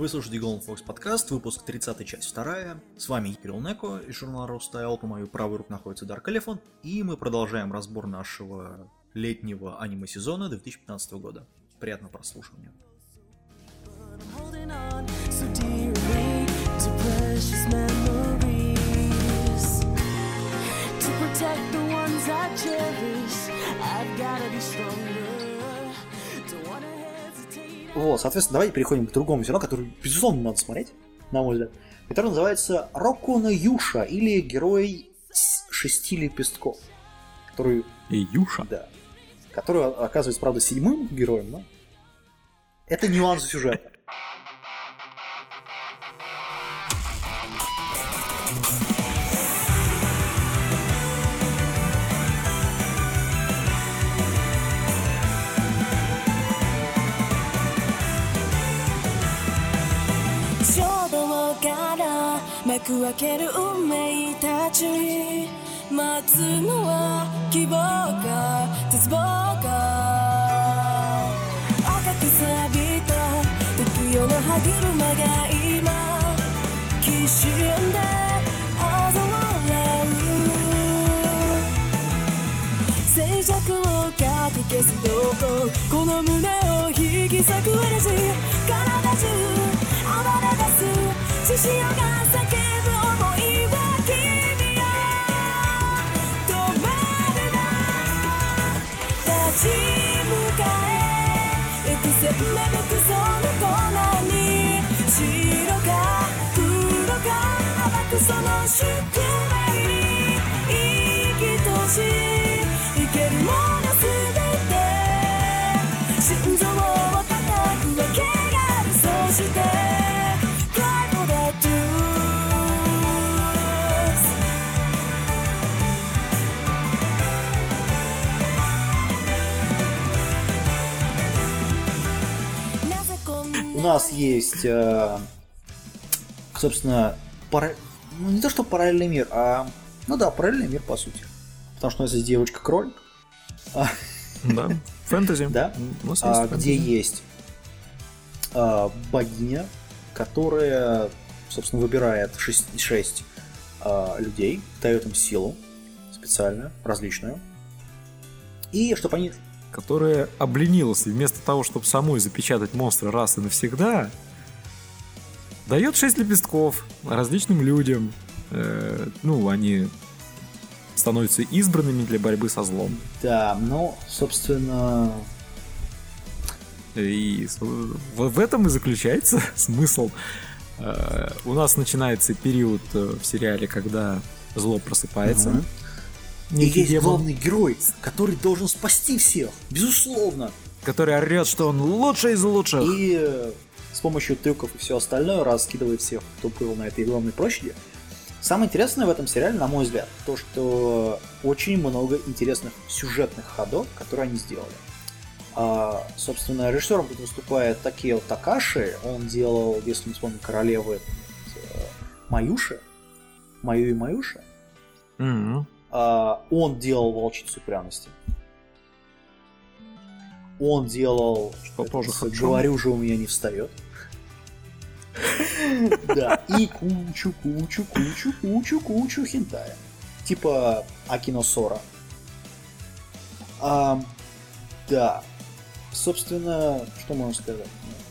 Вы слушаете Golden Fox подкаст, выпуск 30, часть 2. С вами Кирилл Неко из журнала Rockstyle, по мою правую руку находится Dark Elephant, и мы продолжаем разбор нашего летнего аниме-сезона 2015 года. Приятного прослушивания. Вот, соответственно, давайте переходим к другому сериалу, который, безусловно, надо смотреть, на мой взгляд, который называется Року но Юша, или Герой 6 лепестков. Который... Юша? Да. Который оказывается, правда, 7-м героем, но это нюансы сюжета. У нас есть, собственно, не то что параллельный мир, а, параллельный мир по сути. Потому что у нас есть девочка-кролик. Да, фэнтези. Да, где есть богиня, которая, собственно, выбирает 6 людей, дает им силу специальную, различную. И чтобы они... Которая обленилась, и вместо того, чтобы самой запечатать монстра раз и навсегда, дает 6 лепестков различным людям. Они становятся избранными для борьбы со злом. Да, собственно... И в этом и заключается смысл. У нас начинается период в сериале, когда зло просыпается. И есть главный герой, который должен спасти всех, безусловно. Который орет, что он лучший из лучших. И с помощью трюков и все остальное раскидывает всех, кто был на этой главной площади. Самое интересное в этом сериале, на мой взгляд, то, что очень много интересных сюжетных ходов, которые они сделали. Собственно, режиссером тут выступает Такео Такаши. Он делал, если не вспомню, королевы Маюши. Маю и Маюши. Mm-hmm. Он делал «Волчицу пряности». Он делал... Что тоже хочу. Говорю же, у меня не встает. Да, и кучу хентая. Типа Акино Сора. Да. Собственно, что можно сказать?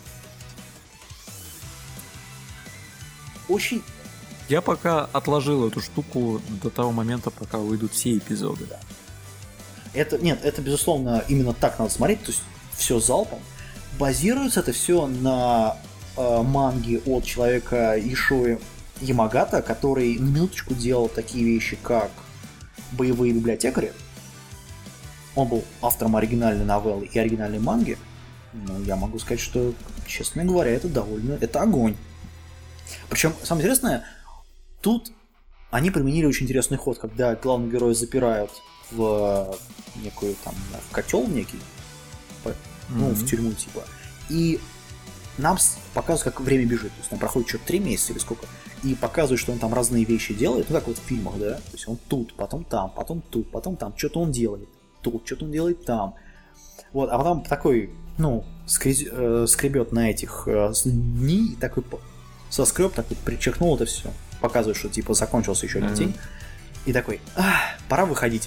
Очень... Я пока отложил эту штуку до того момента, пока выйдут все эпизоды. Да. Это, безусловно, именно так надо смотреть, то есть все залпом. Базируется это все на манге от человека Ишои Ямагата, который на минуточку делал такие вещи, как «Боевые библиотекари». Он был автором оригинальной новеллы и оригинальной манги. Но я могу сказать, что, честно говоря, это огонь. Причем, самое интересное, тут они применили очень интересный ход, когда главного героя запирают в некую там, в котел некий, в тюрьму типа, и нам показывают, как время бежит. То есть нам проходит что-то 3 месяца или сколько, и показывают, что он там разные вещи делает, как вот в фильмах, да, то есть он тут, потом там, потом тут, потом там, что-то он делает тут, что-то он делает там. Вот, а потом такой, скребет на этих дни, и такой соскреб, такой причеркнул это все, показывает, что типа закончился еще один день, и такой, пора выходить.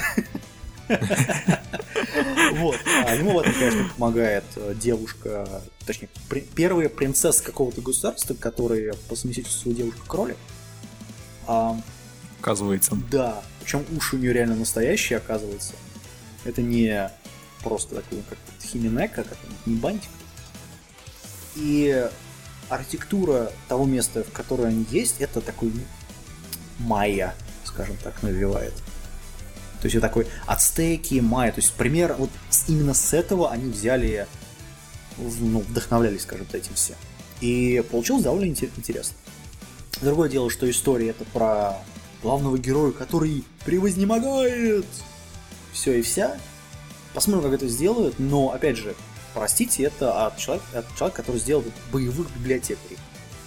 Вот. А ему в этом, конечно, помогает девушка, точнее, первая принцесса какого-то государства, которая по совместительству девушка-кролик. Оказывается. Да. Причем уши у нее реально настоящие, оказывается. Это не просто такой, как химинека, как-нибудь, не бантик. И архитектура того места, в котором они есть, это такой майя, скажем так, навевает. То есть это такой ацтеки, майя. То есть пример, вот именно с этого они взяли, вдохновлялись, скажем так, этим всем. И получилось довольно интересно. Другое дело, что история это про главного героя, который превознемогает все и вся. Посмотрим, как это сделают, но, опять же, простите, это от человека, который сделал боевых библиотекарей.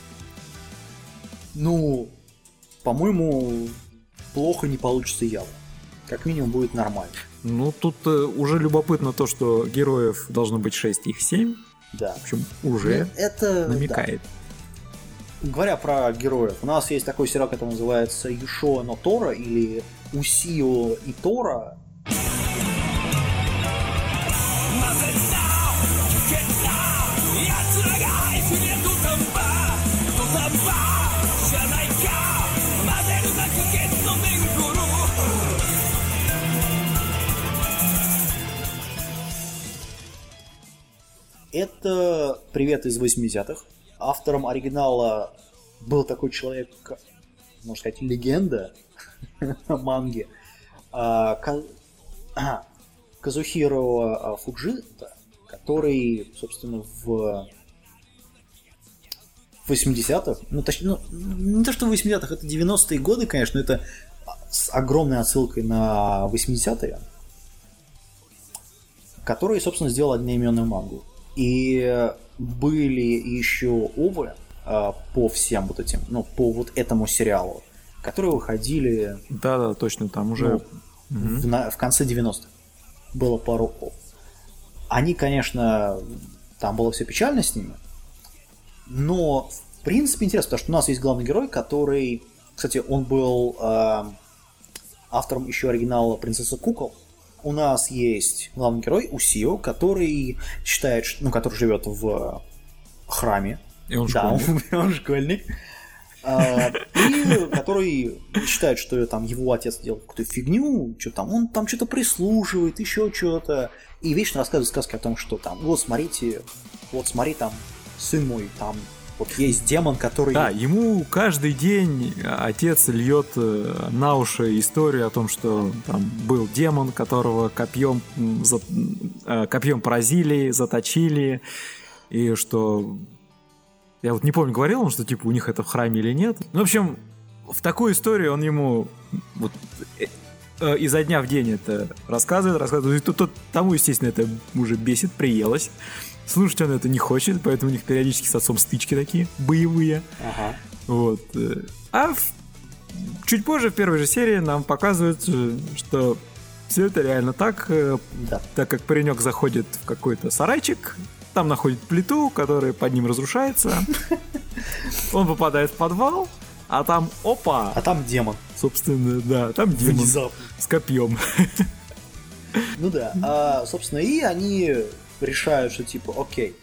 По-моему, плохо не получится явно. Как минимум будет нормально. Тут уже любопытно то, что героев должно быть 6, их 7. Да. В общем, уже это намекает. Да. Говоря про героев, у нас есть такой сериал, который называется Юшо но Тора или Усио и Тора. Это привет из 80-х. Автором оригинала был такой человек, можно сказать, легенда манги. Казухиро Фуджита, который, собственно, в 80-х, точнее, не то что в 80-х, это 90-е годы, конечно, это с огромной отсылкой на 80-е, который, собственно, сделал одноименную мангу. И были еще овы по всем вот этим, по вот этому сериалу, которые выходили... Да, точно, там уже... в конце 90-х было пару ов. Они, конечно, там было все печально с ними, но, в принципе, интересно, потому что у нас есть главный герой, который... Кстати, он был автором еще оригинала «Принцесса кукол». У нас есть главный герой Усио, который считает, который живет в храме. И он школьник. Да, он школьник. И который считает, что там его отец делал какую-то фигню, что там он там что-то прислуживает, еще что-то. И вечно рассказывает сказки о том, что там, вот смотри, там, сын мой, там вот есть демон, который... Да, ему каждый день отец льет на уши историю о том, что там был демон, которого копьем поразили, заточили, и что... Я вот не помню, говорил он, что типа у них это в храме или нет. В общем, в такую историю он ему изо дня в день это рассказывает. И тому, естественно, это уже бесит, приелось. Слушать он это не хочет, поэтому у них периодически с отцом стычки такие боевые. Ага. Вот. А чуть позже, в первой же серии, нам показывают, что все это реально так, так как паренек заходит в какой-то сарайчик, там находит плиту, которая под ним разрушается. Он попадает в подвал, а там опа! А там демон. Собственно, да, там демон. Внезапно. С копьем. Собственно, и они решают, что типа, окей.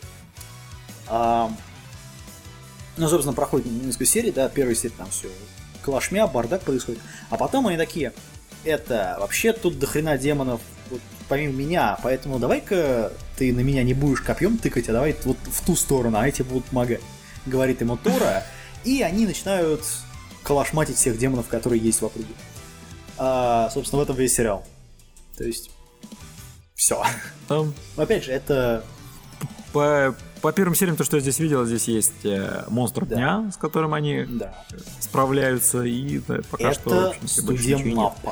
Собственно, проходит несколько серий, да, первая серия там все клашмя, бардак происходит. А потом они такие, вообще тут дохрена демонов вот, помимо меня, поэтому давай-ка ты на меня не будешь копьем тыкать, а давай вот в ту сторону, а эти будут помогать. Говорит ему Тора, и они начинают калашматить всех демонов, которые есть в округе. Собственно, в этом весь сериал. То есть, все. Опять же, это... По первым сериям, то, что я здесь видел, здесь есть монстр дня, с которым они справляются, и пока что... Это студия Маппа.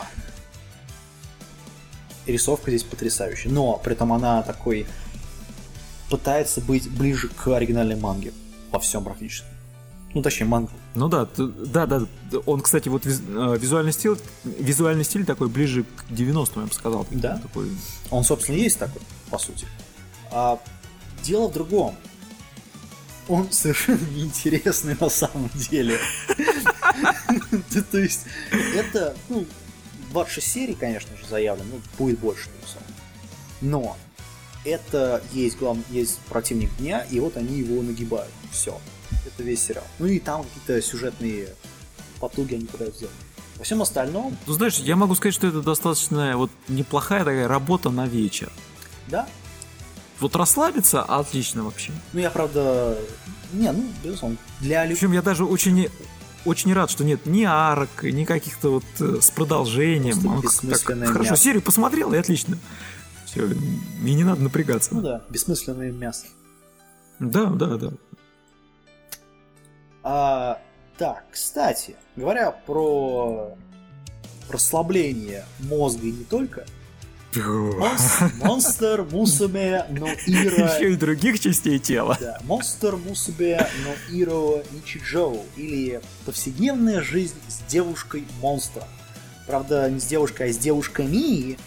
Рисовка здесь потрясающая, но при этом она такой пытается быть ближе к оригинальной манге во всем практически. Точнее, манга. Да. Он, кстати, вот визуальный стиль такой ближе к 90-м, я бы сказал. Да? Такой... Он, собственно, есть такой. по сути. А дело в другом. Он совершенно неинтересный на самом деле. То есть, это, 26 серий, конечно же, заявлено, будет больше, но это есть противник дня, и вот они его нагибают. Все. Это весь сериал. Ну и там какие-то сюжетные потуги они пытаются сделать. Во всем остальном... Ну, знаешь, я могу сказать, что это достаточно вот неплохая такая работа на вечер. Да? Вот расслабиться отлично вообще. Ну, я, правда... безусловно. Причем я даже очень рад, что нет ни арок, ни каких-то вот с продолжением. Хорошо, серию посмотрел, и отлично. Все, мне не надо напрягаться. Ну да, бессмысленное мясо. Да. Так, кстати, говоря про расслабление мозга и не только, Монстр Мусуме но Ира... Еще и других частей тела. Да, Монстр Мусуме но Иро Ничиджоу, или повседневная жизнь с девушкой-монстром. Правда, не с девушкой, а с девушками.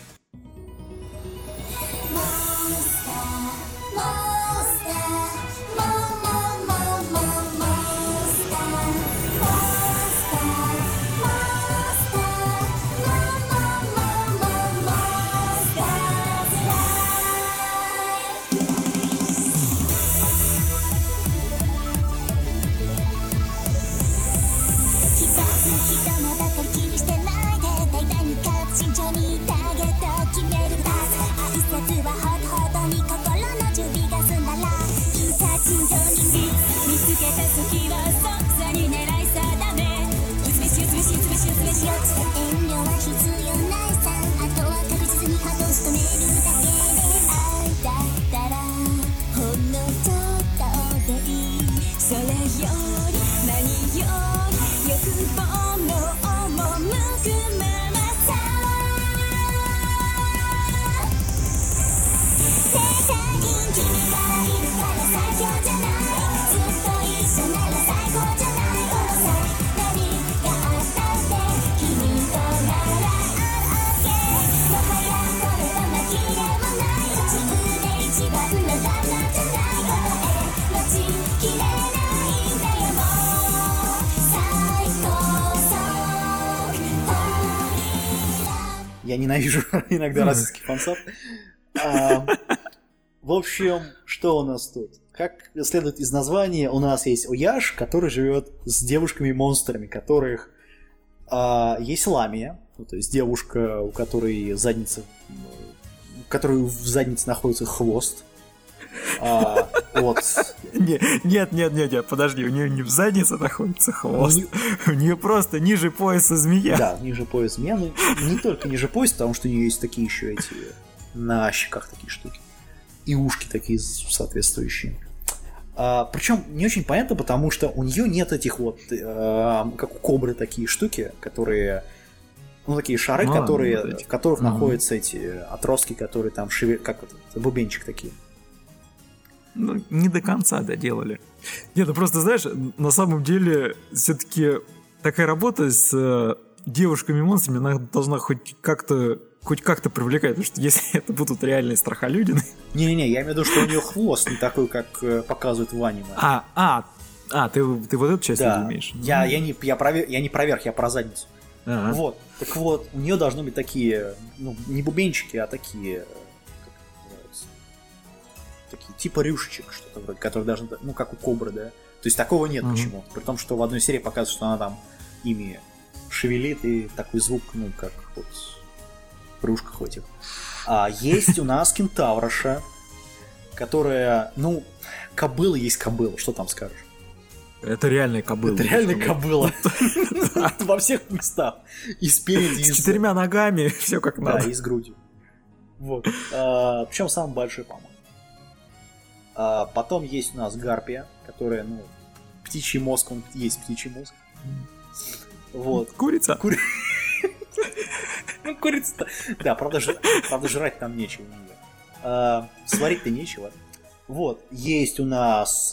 Я ненавижу иногда российский фансап. В общем, что у нас тут? Как следует из названия, у нас есть Ояж, который живет с девушками-монстрами, которых есть Ламия, то есть девушка, у которой в заднице находится хвост. Нет, подожди, у нее не в заднице находится хвост, у нее просто ниже пояса змея. Да, ниже пояса змея, но не только ниже пояса, потому что у нее есть такие еще эти на щеках такие штуки. И ушки такие соответствующие. Причем не очень понятно, потому что у нее нет этих вот, как у кобры, такие штуки, которые... такие шары, в которых находятся эти отростки, которые там как бубенчик такие. Не до конца доделали. Нет, просто, знаешь, на самом деле, все-таки такая работа с девушками-монстрами, она должна хоть как-то привлекать, потому что если это будут реальные страхолюдины... Не-не-не, я имею в виду, что у нее хвост не такой, как показывают в аниме. Ты вот эту часть имеешь? Я не проверх, я про задницу. Ага. Вот, так вот, у нее должны быть такие, не бубенчики, а такие, такие типа рюшечек, что-то вроде, которые должны, как у кобры, да. То есть такого нет почему-то, при том, что в одной серии показывают, что она там ими шевелит, и такой звук, как вот в рюшках этих. А есть у нас кентавроша, которая, кобыла есть кобыла, что там скажешь? Это реальная кобыла. Это реальная кобыла. Во всех местах. И спереди, и с 4 ногами, все как надо. Да, и с грудью. Вот. Причем самый большой, по-моему. Потом есть у нас гарпия, которая, птичий мозг, он есть птичий мозг. Вот. Курица. Курица-то. Да, правда, жрать там нечего. Сварить-то нечего. Вот. Есть у нас...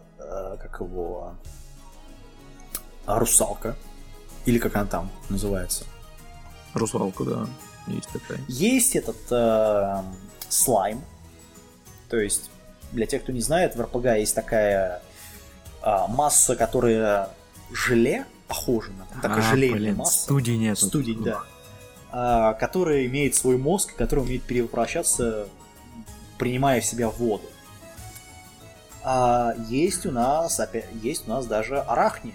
русалка. Или как она там называется? Русалка, да. Есть такая. Есть этот слайм, То есть, для тех, кто не знает, в РПГ есть такая масса, которая желе похожа на такая желейная масса. Студень нет. Студень, да. Которая имеет свой мозг, который умеет перевоплощаться, принимая в себя воду. Есть у нас даже арахния.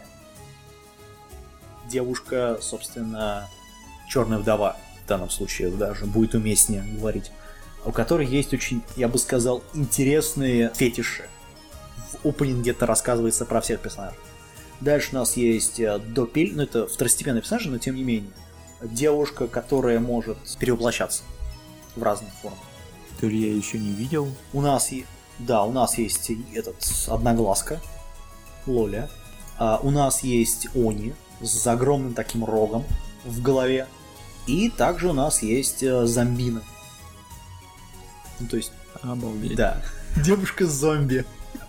Девушка, собственно, черная вдова, в данном случае даже будет уместнее говорить, у которой есть очень, я бы сказал, интересные фетиши. В опенинге это рассказывается про всех персонажей. Дальше у нас есть Допель, это второстепенный персонаж, но тем не менее. Девушка, которая может перевоплощаться в разных формах. То ли я еще не видел. У нас есть Одноглазка, Лоля. У нас есть Они с огромным таким рогом в голове. И также у нас есть Зомбина. Ну, то есть... Обалдеть. Да. Девушка-зомби.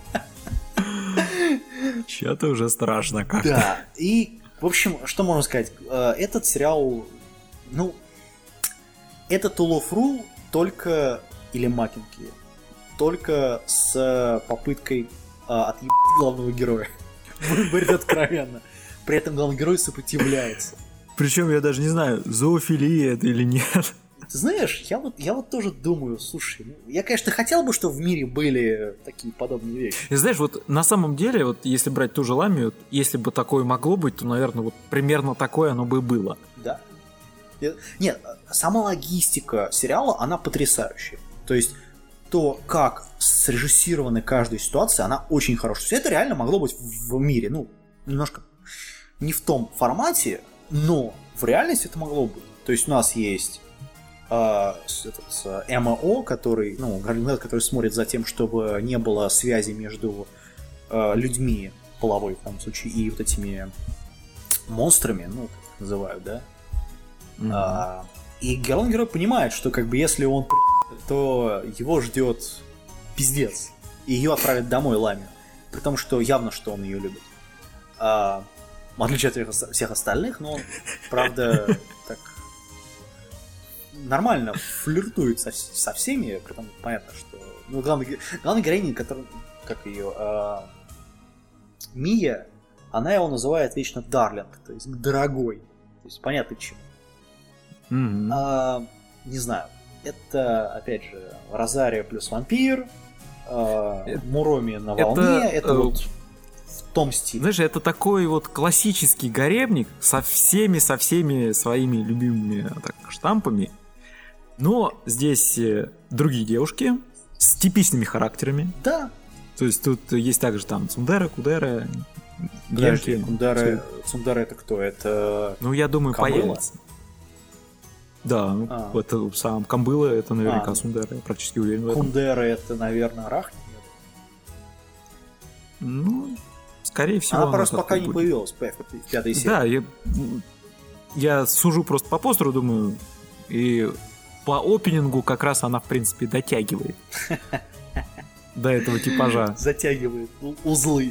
Чё-то уже страшно как-то. Да. И, в общем, что можно сказать? Этот сериал... Ну... Это Tool of Rule только... Или Макинки. Только с попыткой отъебать главного героя. Будем говорить откровенно. При этом главный герой сопротивляется. Причем я даже не знаю, зоофилия это или нет. Ты знаешь, я вот тоже думаю, слушай, я, конечно, хотел бы, чтобы в мире были такие подобные вещи. И знаешь, вот на самом деле, вот если брать ту же Ламию, если бы такое могло быть, то, наверное, вот примерно такое оно бы и было. Да. Нет, сама логистика сериала, она потрясающая. То есть, то, как срежиссирована каждая ситуация, она очень хорошая. Все это реально могло быть в мире. Ну, немножко не в том формате, но в реальности это могло быть. То есть у нас есть МО, который смотрит за тем, чтобы не было связи между людьми половой, в данном случае, и вот этими монстрами, ну, как называют, да? Mm-hmm. И главный герой понимает, что как бы если он то его ждет пиздец. И ее отправят домой Ламию. При том, что явно, что он ее любит. В отличие от всех остальных, но он, правда, так нормально флиртует со всеми. При том, понятно, что... Ну, главная героиня, которая, как ее... Мия, она его называет вечно Дарлинг, то есть дорогой. То есть понятно чему. Mm-hmm. Не знаю. Это, опять же, Розарио плюс вампир, Муроми на волне, это вот в том стиле. Знаешь, это такой вот классический гаремник со всеми своими любимыми штампами, но здесь другие девушки с типичными характерами. Да. То есть тут есть также там Цундера, Кудера, Генки. Цундера это кто? Это... Ну, я думаю, появится. Да, это сам Камбыла, это наверняка Сундера, я практически уверен в этом. Кундера это, наверное, Арахни? Ну, скорее всего. Она просто пока не появилась в пятой Да, серии. я сужу просто по постеру, думаю, и по опенингу как раз она, в принципе, дотягивает до этого типажа. Затягивает узлы.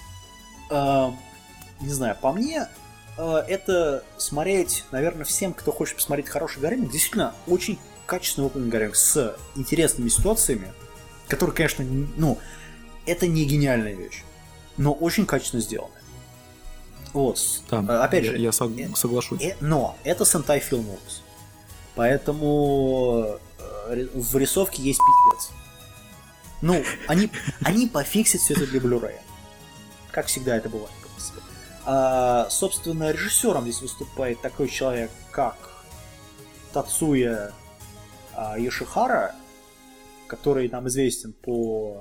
Не знаю, по мне... Это смотреть, наверное, всем, кто хочет посмотреть хороший гаремник, действительно очень качественный опытный гаремник с интересными ситуациями, которые, конечно, ну, это не гениальная вещь, но очень качественно сделанная. Вот. Да, опять же, я соглашусь. Но это Sentai Filmworks, поэтому в рисовке есть пиздец. Ну, они пофиксят все это для Blu-ray. Как всегда это бывает. Собственно, режиссером здесь выступает такой человек, как Тацуя Йошихара, который нам известен по...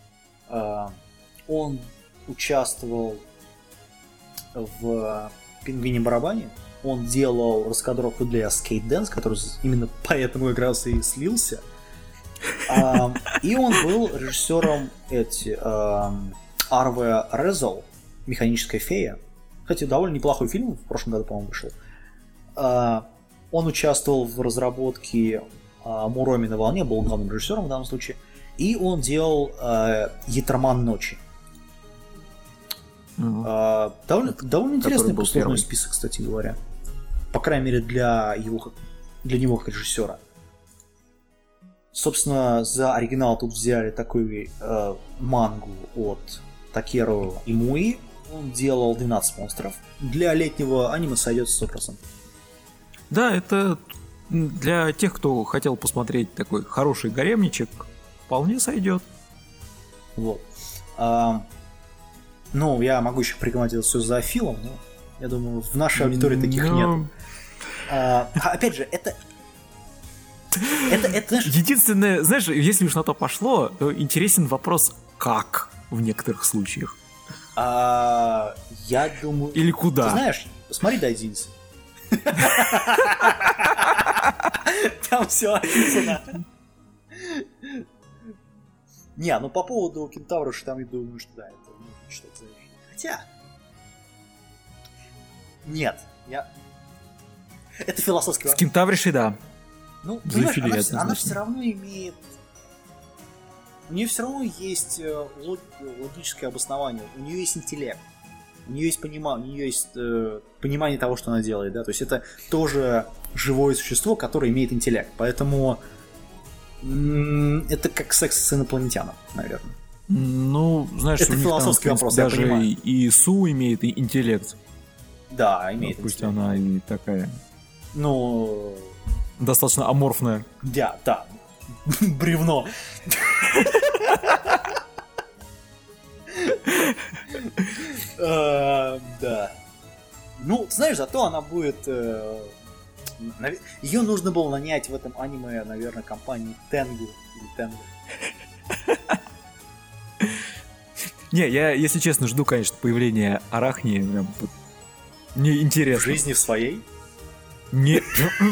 Он участвовал в «Пингвине-барабане», он делал раскадровку для Skate Dance, который именно поэтому как раз и слился. И он был режиссером Арве Резл, «Механическая фея». Кстати, довольно неплохой фильм, в прошлом году, по-моему, вышел. Он участвовал в разработке Муроми на волне, был главным режиссером в данном случае. И он делал Ятерман ночи. Довольно интересный послужной список, кстати говоря. По крайней мере, для него как режиссера. Собственно, за оригинал тут взяли такую мангу от Такеру Имуи. Он делал 12 монстров. Для летнего аниме сойдет 100%. Да, это для тех, кто хотел посмотреть такой хороший гаремничек, вполне сойдет. Вот. Ну, я могу еще порекомендовать это все за Филом, но я думаю, в нашей аудитории таких нет. Опять же, это, знаешь... Единственное, знаешь, если уж на то пошло, то интересен вопрос «как» в некоторых случаях. Я думаю... Или куда? Ты знаешь, смотри Дайдинс. Там все описано. Не, ну по поводу Кентавра, там я думаю, что да, это что-то за... Хотя... Нет, это философский вопрос. С Кентавришей, да. Ну, понимаешь, она все равно имеет... У нее все равно есть логическое обоснование, у нее есть интеллект, у нее есть понимание того, что она делает, да, то есть это тоже живое существо, которое имеет интеллект, поэтому это как секс с инопланетяном, наверное. Ну, знаешь, это у них философский там, вопрос, даже я понимаю. и Су имеет интеллект. Да, имеет пусть интеллект. Она и такая... Ну... Достаточно аморфная. Да. Бревно. Да. Ну, ты знаешь, зато она будет... Ее нужно было нанять в этом аниме, наверное, компании Тенгу или Тенгу. Не, я, если честно, жду, конечно, появления Арахни. Мне интересно. В жизни в своей? Не...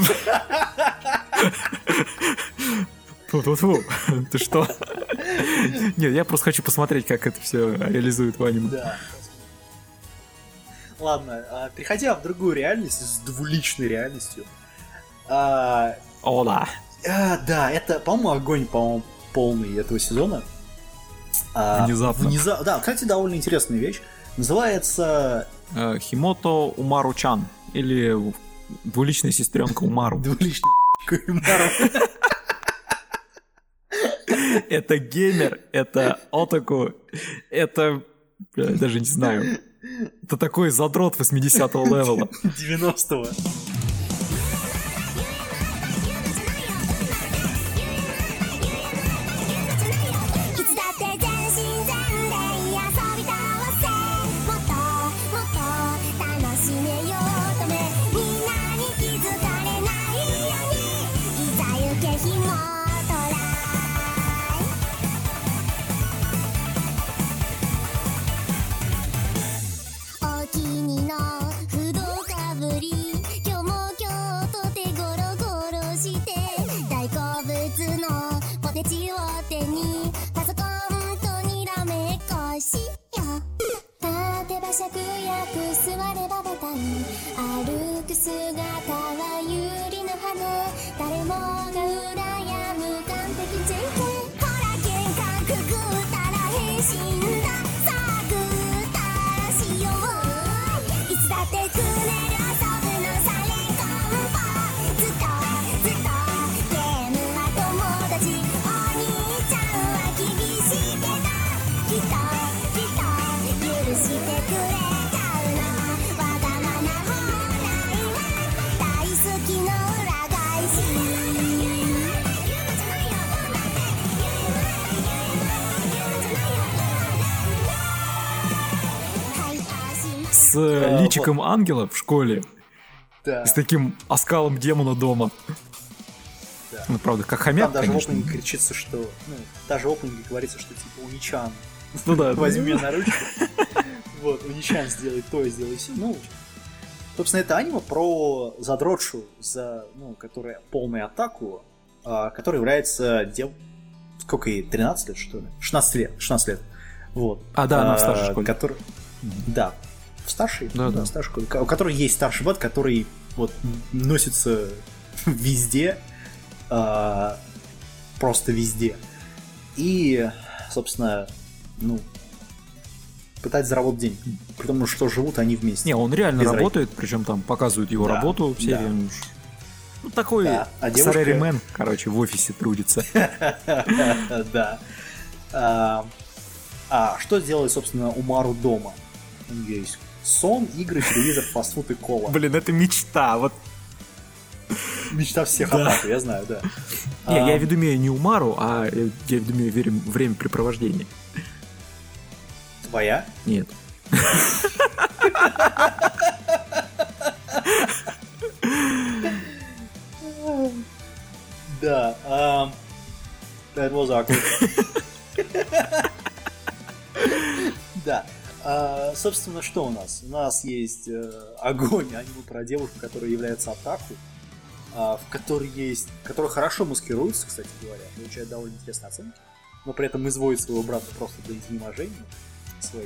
Фу-фу-фу. Ты что? Нет, я просто хочу посмотреть, как это все реализует в аниме. Да. Ладно, переходя в другую реальность, с двуличной реальностью. О, да. Да, это, по-моему, огонь, полный этого сезона. Внезапно. Да, кстати, довольно интересная вещь. Называется... Химото Умару-чан. Или двуличная сестренка Умару. Двуличная Умару. Это геймер, это отаку, это... даже не знаю. Это такой задрот 80-го левела. 90-го. С личиком ангела в школе. Да. С таким оскалом демона дома. Да. Ну, правда, как хомяк, там даже конечно. в опенинге кричится, что... Ну, даже в опенинге говорится, что типа Уничан. Ну да. Возьми меня на ручку. Вот, Уничан сделай то, сделай все. Ну, собственно, это аниме про задротшу, которая полную атаку, которая является сколько ей? 13 лет, что ли? 16 лет. Вот. А, да, она в старшей школе. Да. В старшей? Да. В старшей школе. У которой есть старший брат, который вот носится везде. Просто везде. И, собственно, пытается заработать деньги. При том, что живут они вместе. Не, он реально Без работает, причем там показывают его работу в серии. Ну, такой Да, а девушка- сараримен, короче, в офисе трудится. Да. Что делает, собственно, Умару дома? У нее есть сон, игры, телевизор, фастфуд и кола. Блин, это мечта. Вот. Мечта всех опатов, я знаю, да. Не, я веду имею не Умару, а я веду имею времяпрепровождение. Твоя? Нет. Да. That was awkward. Да. Собственно, что у нас? У нас есть огонь, аниме про девушку, которая является Атаку, которая хорошо маскируется, кстати говоря, получает довольно интересные оценки, но при этом изводит своего брата просто до изнеможения своими.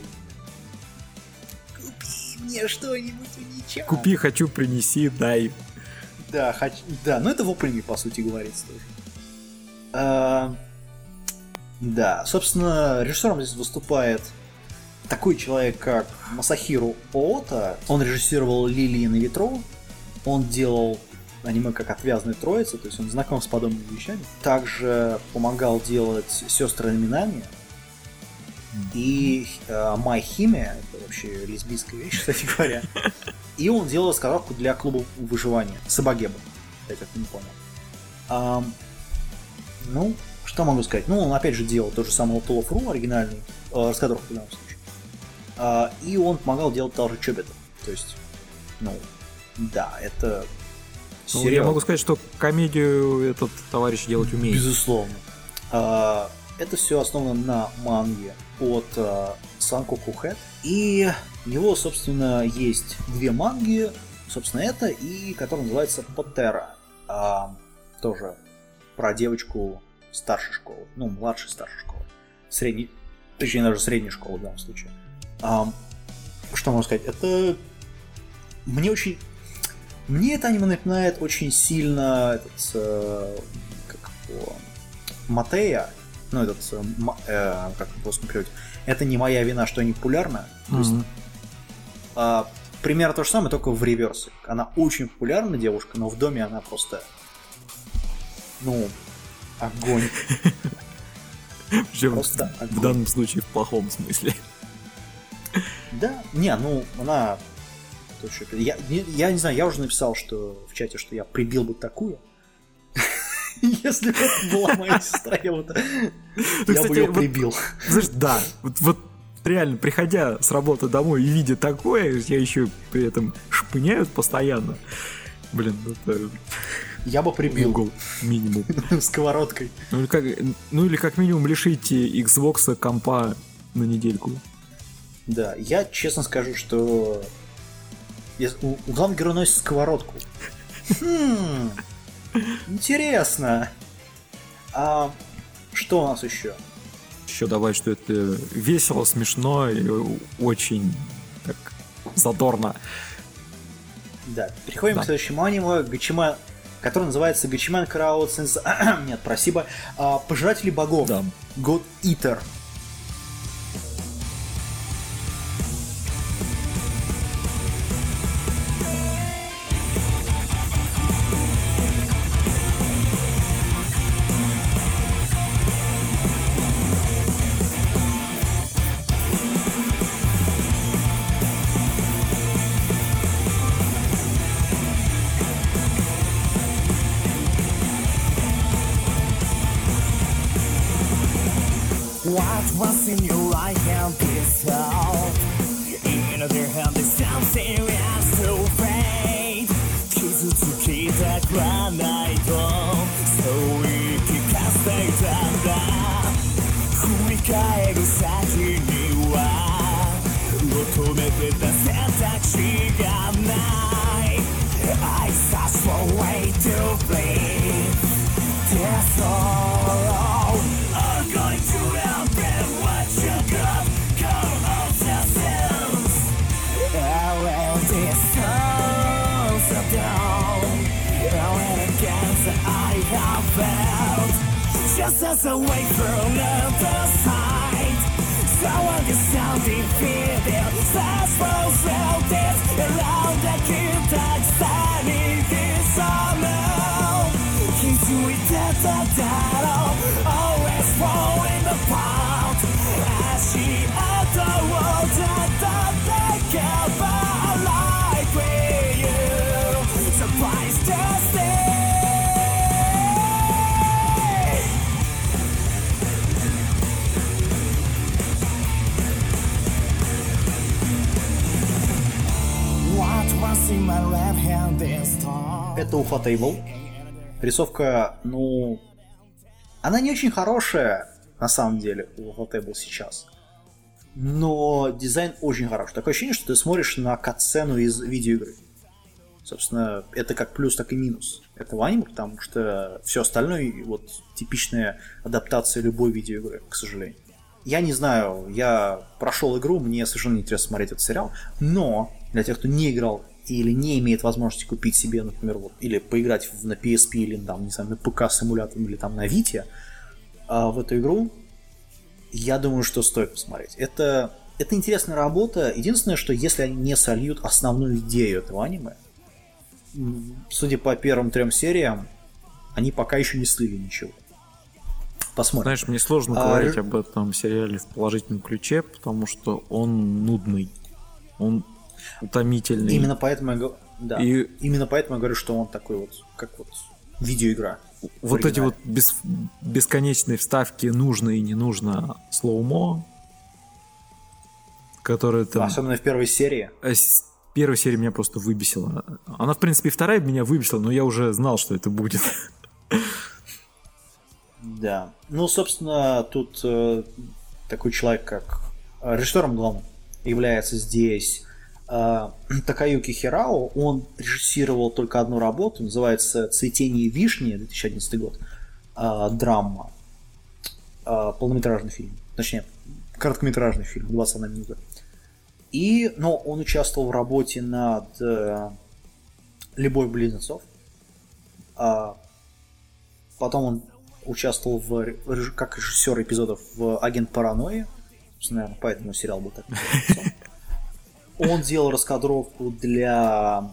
Купи мне что-нибудь, уничтожь. Купи, хочу, принеси, дай. Да, но это в опрене, по сути, говорится тоже. Да, собственно, режиссером здесь выступает такой человек, как Масахиро Оота. Он режиссировал «Лилии на ветру», он делал аниме как «Отвязная троица», то есть он знаком с подобными вещами. Также помогал делать «Сестры Минами» и «Май Химия», это вообще лесбийская вещь, кстати говоря. И он делал сказку для клуба выживания Сабагеба, я так не понял. Ну, что могу сказать? Ну, он опять же делал то же самое Toll of Ru, оригинальный, раскадровку в данном случае. И он помогал делать также Чобита. То есть, ну, да, это Ну, сериал. я могу сказать, что комедию этот товарищ делать умеет. Безусловно. Это все основано на манге от Sankoku Head. И у него, собственно, есть две манги. Собственно, это и которая называется Потера. Тоже про девочку старшей школы. Ну, младшей старшей школы. Точнее, даже средней школы в данном случае. Что можно сказать? Это... Мне это аниме напоминает очень сильно Матея. Ну, как в русском переводе. Это не моя вина, что я не популярна. То есть, примерно то же самое, только в реверсе. Она очень популярная девушка, но в доме она просто... Ну, огонь. Причем Просто в огонь. данном случае в плохом смысле. Да, она... Я не знаю, я уже написал, что в чате, что я прибил бы такую. Если бы это была моя сестра, я бы ее прибил. Знаешь, да, вот реально, приходя с работы домой и видя такое, я еще при этом шпыняют постоянно. Блин, это... Я бы прибил. Угол минимум. Сковородкой. Ну или как минимум лишите Xbox компа на недельку. Да, я честно скажу, что у главного героя носит сковородку. Интересно. А что у нас еще? Еще добавить, что это весело, смешно и очень так задорно. Да, переходим к следующему аниме, который называется Гачиман Крао Сенс... Нет, спасибо. Пожиратели богов. Да. God Eater. What was in your right hand pistol? In other hand is something we have to fade. 傷つきたくはないとそう言い聞かせていたんだ。振り返る先には求めてた選択肢がない。I search for a way to bleed. That's all. I'm going to help them what you got. Call of the sins. Around this songs of down. When against I have felt. Just as a way from the side. Someone is sounding fear. Stars for this. Around the kid that's standing this summer. my left hand is torn. Это Ufotable. Рисовка, ну... Она не очень хорошая, на самом деле, у Ufotable сейчас. Но дизайн очень хороший. Такое ощущение, что ты смотришь на катсцену из видеоигры. Собственно, это как плюс, так и минус этого аниме, потому что все остальное вот типичная адаптация любой видеоигры, к сожалению. Я не знаю, я прошел игру, мне совершенно не интересно смотреть этот сериал, но для тех, кто не играл или не имеет возможности купить себе, например, вот, или поиграть на PSP, или там, не знаю, на ПК-симулятор, или там на Вите, в эту игру, я думаю, что стоит посмотреть. Это интересная работа. Единственное, что если они не сольют основную идею этого аниме, судя по первым 3 сериям, они пока еще не слили ничего. Посмотрим. Знаешь, мне сложно говорить об этом сериале в положительном ключе, потому что он нудный, он утомительный. Именно поэтому именно поэтому я говорю, что он такой вот, как вот видеоигра. Вот эти вот бесконечные вставки нужно и не нужно слоумо, которые там... Особенно в первой серии. Первая серия меня просто выбесила. Она, в принципе, и вторая меня выбесила, но я уже знал, что это будет. Да. Ну, собственно, тут такой человек, как режиссером главным является здесь Такаюки Хирао. Он режиссировал только одну работу, называется «Цветение вишни», 2011 год. Драма. Полнометражный фильм. Точнее, короткометражный фильм, 21 минута. Но он участвовал в работе над «Любовь близнецов». Потом он участвовал как режиссер эпизодов в «Агент Паранойи». Собственно, наверное, поэтому сериал был так. Он делал раскадровку для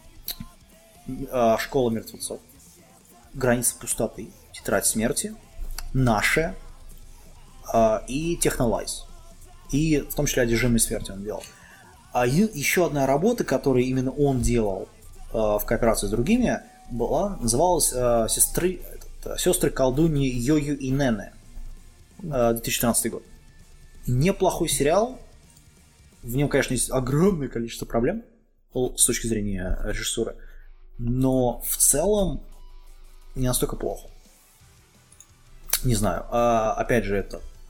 «Школы мертвецов», «Граница пустоты», «Тетрадь смерти», «Наше» и «Технолайз». И в том числе «Одержимый смертью» он делал. Еще одна работа, которую именно он делал в кооперации с другими, называлась «Сестры колдуньи Йою и Нене», 2013 год. Неплохой сериал. В нем, конечно, есть огромное количество проблем с точки зрения режиссуры, но в целом не настолько плохо. Не знаю. Опять же,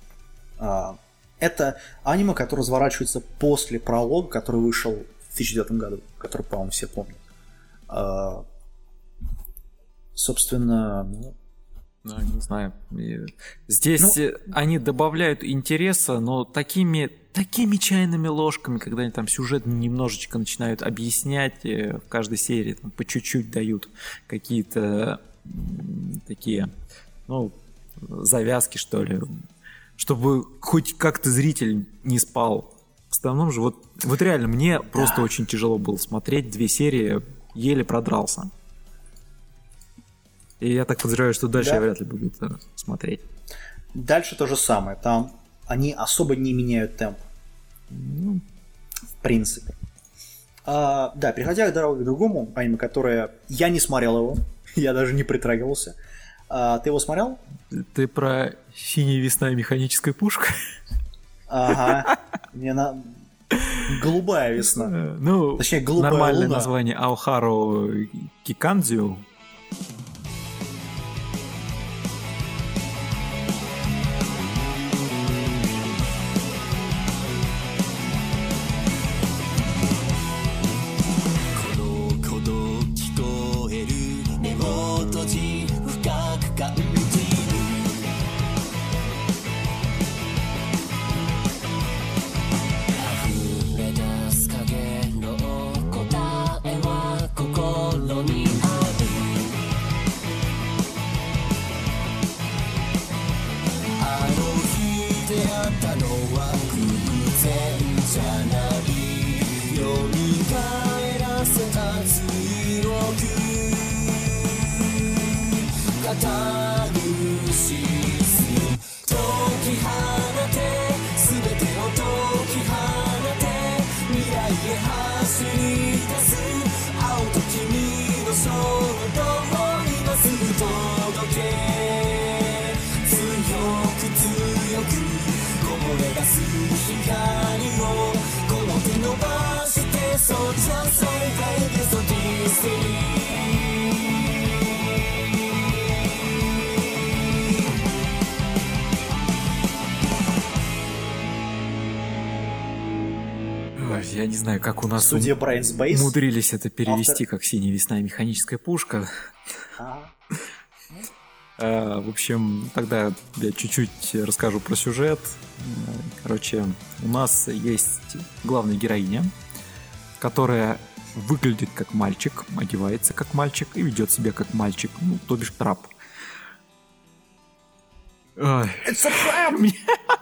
это аниме, которое разворачивается после пролога, который вышел в 2009 году, который, по-моему, все помнят. Собственно, не знаю. Здесь они добавляют интереса, но такими чайными ложками, когда они там сюжет немножечко начинают объяснять, в каждой серии там, по чуть-чуть дают какие-то такие, завязки, что ли, чтобы хоть как-то зритель не спал. В основном же, вот реально, мне просто очень тяжело было смотреть 2 серии, еле продрался. И я так подозреваю, что дальше я вряд ли буду это смотреть. Дальше то же самое. Там они особо не меняют темп. В принципе. Переходя к другому аниме, которое... Я не смотрел его. Я даже не притрагивался. Ты его смотрел? Ты про «Синяя весна и механическая пушка»? Ага. Голубая весна. Точнее, голубая нормальное луна. Название Аохару Кикандзю. So just say baby, so Я не знаю, как у нас Студия Brains Base. умудрились это перевести как «Синяя весна» и «Механическая пушка». В общем, тогда я чуть-чуть расскажу про сюжет. Короче, у нас есть главная героиня, которая выглядит как мальчик, одевается как мальчик и ведет себя как мальчик, ну, то бишь трап. It's a trap!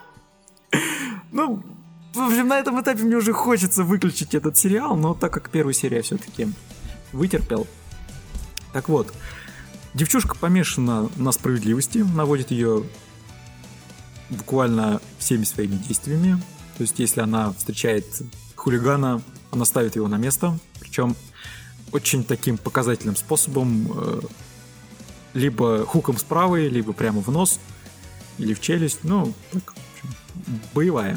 Ну, в общем, на этом этапе мне уже хочется выключить этот сериал, но так как первую серию я все-таки вытерпел. Так вот, девчушка помешана на справедливости, наводит ее буквально всеми своими действиями. То есть, если она встречает хулигана, она ставит его на место. Причем очень таким показательным способом. Либо хуком с правой, либо прямо в нос, или в челюсть. Ну, так, в общем, боевая.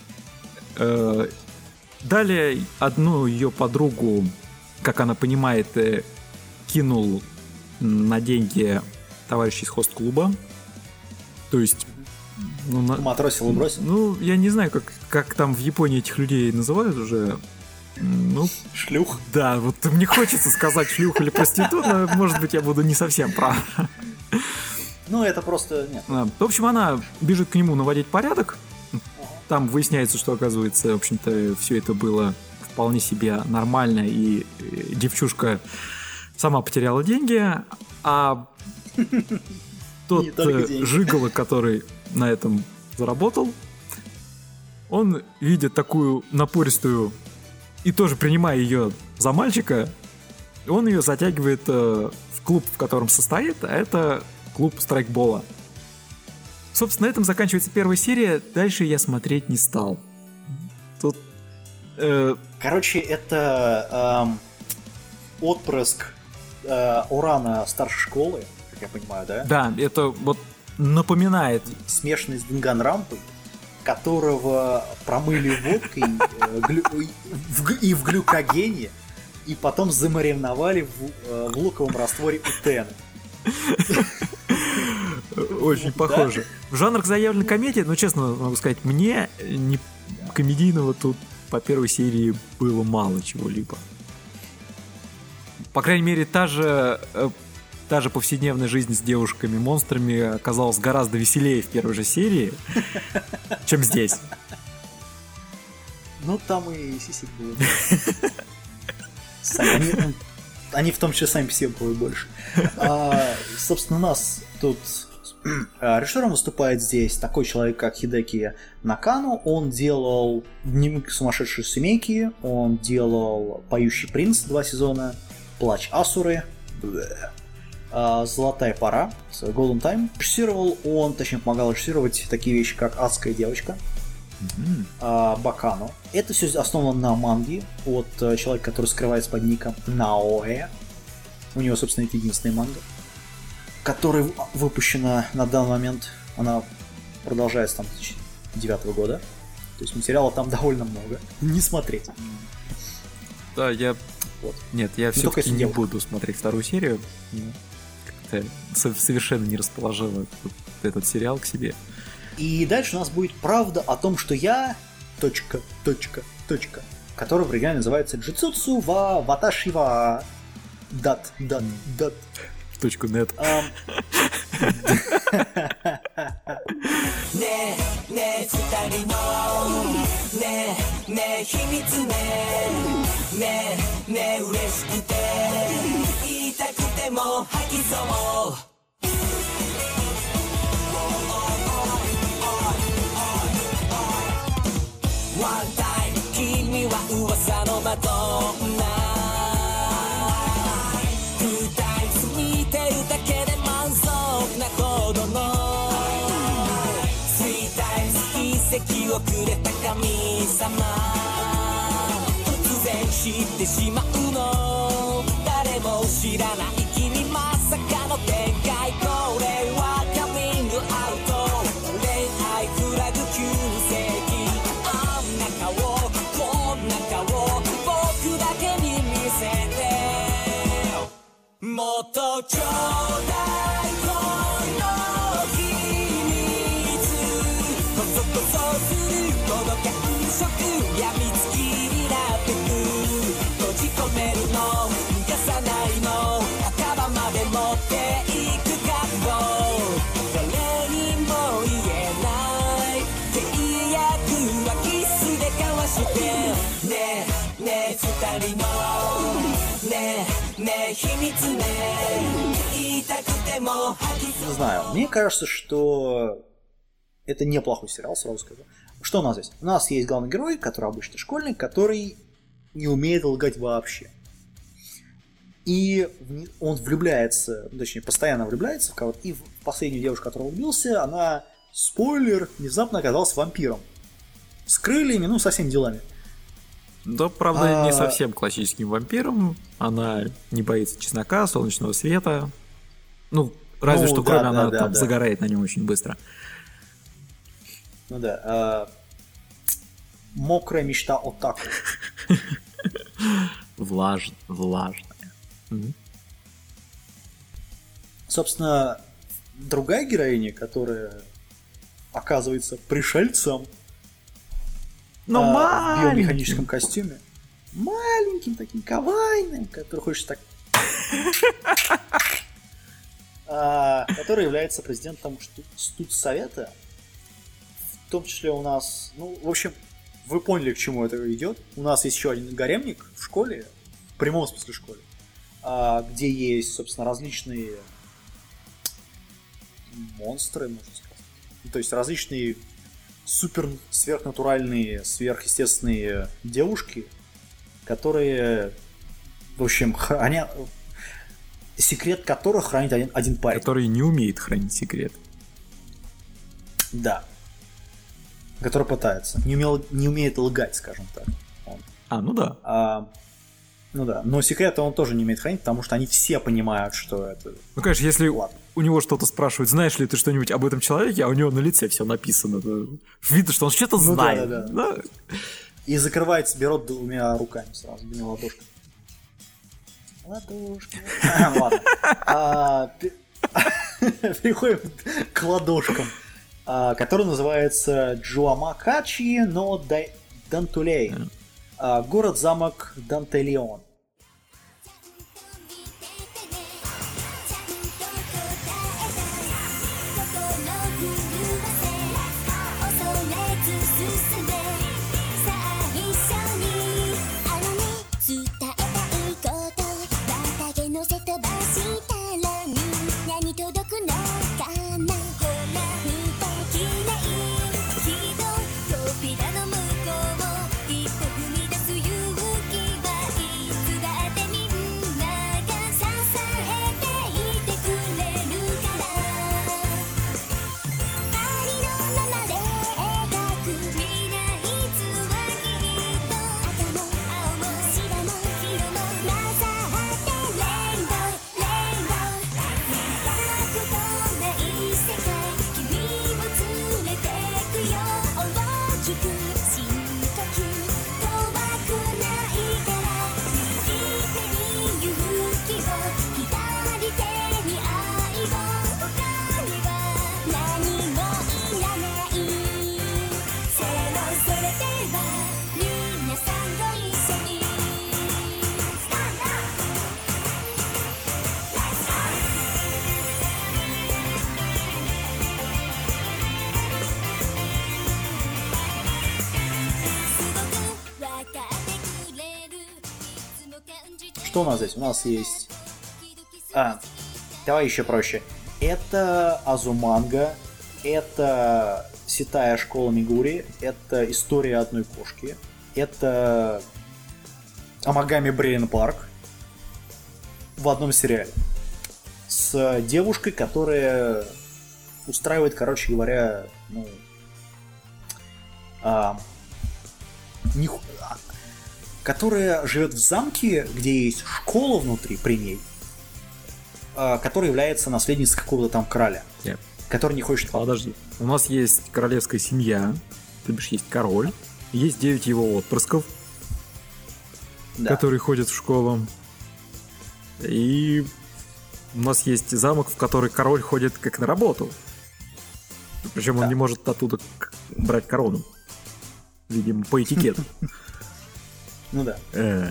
Далее одну ее подругу, как она понимает, кинул на деньги товарищ из хост-клуба. То есть... Ну, матросил и бросил? Ну, я не знаю, как там в Японии этих людей называют уже. Ну, шлюх? Да, вот мне хочется сказать шлюх или проститут, но, может быть, я буду не совсем прав. Ну, это просто... Нет. В общем, она бежит к нему наводить порядок. Там выясняется, что, оказывается, в общем-то, все это было вполне себе нормально, и девчушка сама потеряла деньги, а тот жиголо, который на этом заработал, он, видя такую напористую и тоже принимая ее за мальчика, он ее затягивает в клуб, в котором состоит, а это клуб страйкбола. Собственно, на этом заканчивается первая серия. Дальше я смотреть не стал. Тут... Короче, это отпрыск Урана старшей школы, как я понимаю, да? Да, это вот напоминает... Смешанный с Данганрампой, которого промыли водкой и в глюкогене, и потом замариновали в луковом растворе утена. Очень похоже. В жанрах заявлена комедия, но, честно могу сказать, мне не комедийного тут по первой серии было мало чего-либо. По крайней мере, та же повседневная жизнь с девушками-монстрами оказалась гораздо веселее в первой же серии, чем здесь. Ну, там и сисек было. Они в том числе сами по себе были больше. Собственно, у нас тут режиссером выступает здесь такой человек, как Хидеки Накану. Он делал «Дневник сумасшедшей семейки», он делал «Поющий принц» 2 сезона, «Плач Асуры», «Золотая пора», Golden Time. Режиссировал он, точнее, помогал режиссировать такие вещи, как «Адская девочка», Бакану. Это все основано на манге от человека, который скрывается под ником Наоэ. У него, собственно, это единственная манга, которая выпущена на данный момент. Она продолжается там 2009 года. То есть материала там довольно много. Не смотреть. Да, я... Вот. Нет, я все-таки не буду смотреть вторую серию. Как-то совершенно не расположила этот сериал к себе. И дальше у нас будет правда о том, что я... который в оригинале называется Джицуцу ва ваташи ва дат. .net. One time 君は噂のマドンナ Two times 見てるだけで満足なほどの Three times 奇跡をくれた神様突然知ってしまうの誰も知らない君まさかの展開これはカミングアウト恋愛フラグ急世紀僕だけに見せてもっとちょうだいこの秘密こそこそするこの感触やみつきになりのねえねえ秘密ね言いたくても吐きそう Не знаю, мне кажется, что это неплохой сериал, сразу скажу. Что у нас здесь? У нас есть главный герой, который обычный школьник, который не умеет лгать вообще. И он влюбляется, точнее, постоянно влюбляется в кого-то. И последнюю девушку, которая влюбился, она, спойлер, внезапно оказалась вампиром. С крыльями, ну, со всеми делами. Да, правда, не совсем классическим вампиром. Она не боится чеснока, солнечного света. Ну, разве что кроме она там загорает на нем очень быстро. Ну да. Мокрая мечта отаку. Влажная. Собственно, другая героиня, которая оказывается пришельцем в биомеханическом костюме, маленьким таким кавайным, который хочет так... который является президентом студсовета. В том числе у нас... Ну, в общем, вы поняли, к чему это идет. У нас есть еще один гаремник в школе, в прямом смысле школе, где есть, собственно, различные монстры, можно сказать. То есть различные супер сверхнатуральные, сверхъестественные девушки, которые, в общем, хранят... Секрет которых хранит один парень. Который не умеет хранить секрет. Да. Который пытается. Не умеет лгать, скажем так. Он. Ну да. Ну да. Но секреты он тоже не умеет хранить, потому что они все понимают, что это... Ну, конечно, если у него что-то спрашивают, знаешь ли ты что-нибудь об этом человеке, а у него на лице все написано. Видно, что он что-то знает. Да. И закрывается, берет двумя руками сразу, двумя ладошками. Ладошки. Ладно. Переходим к ладошкам, который называется Джуамакачи но Дантулей. Город-замок Дантелеон. Что у нас здесь? У нас есть... давай еще проще. Это Азуманга, это Ситая школа Мигури, это история одной кошки, это Амагами Брейн Парк в одном сериале. С девушкой, которая устраивает, короче говоря, которая живет в замке, где есть школа внутри, при ней, которая является наследницей какого-то там короля, который не хочет... Подожди, у нас есть королевская семья, то бишь есть король, есть 9 его отпрысков, которые ходят в школу, и у нас есть замок, в который король ходит как на работу, причем он не может оттуда брать корону, видимо, по этикету. Ну да.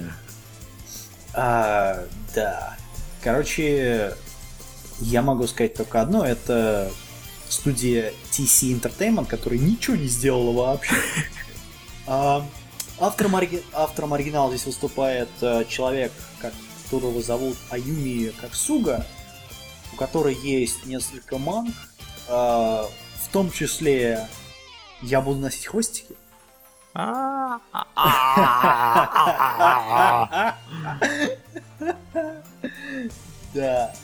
Да. Короче, я могу сказать только одно. Это студия TC Entertainment, которая ничего не сделала вообще. Автором оригинала здесь выступает человек, которого зовут Аюми Каксуга, у которой есть несколько манг, в том числе «Я буду носить хвостики». Да.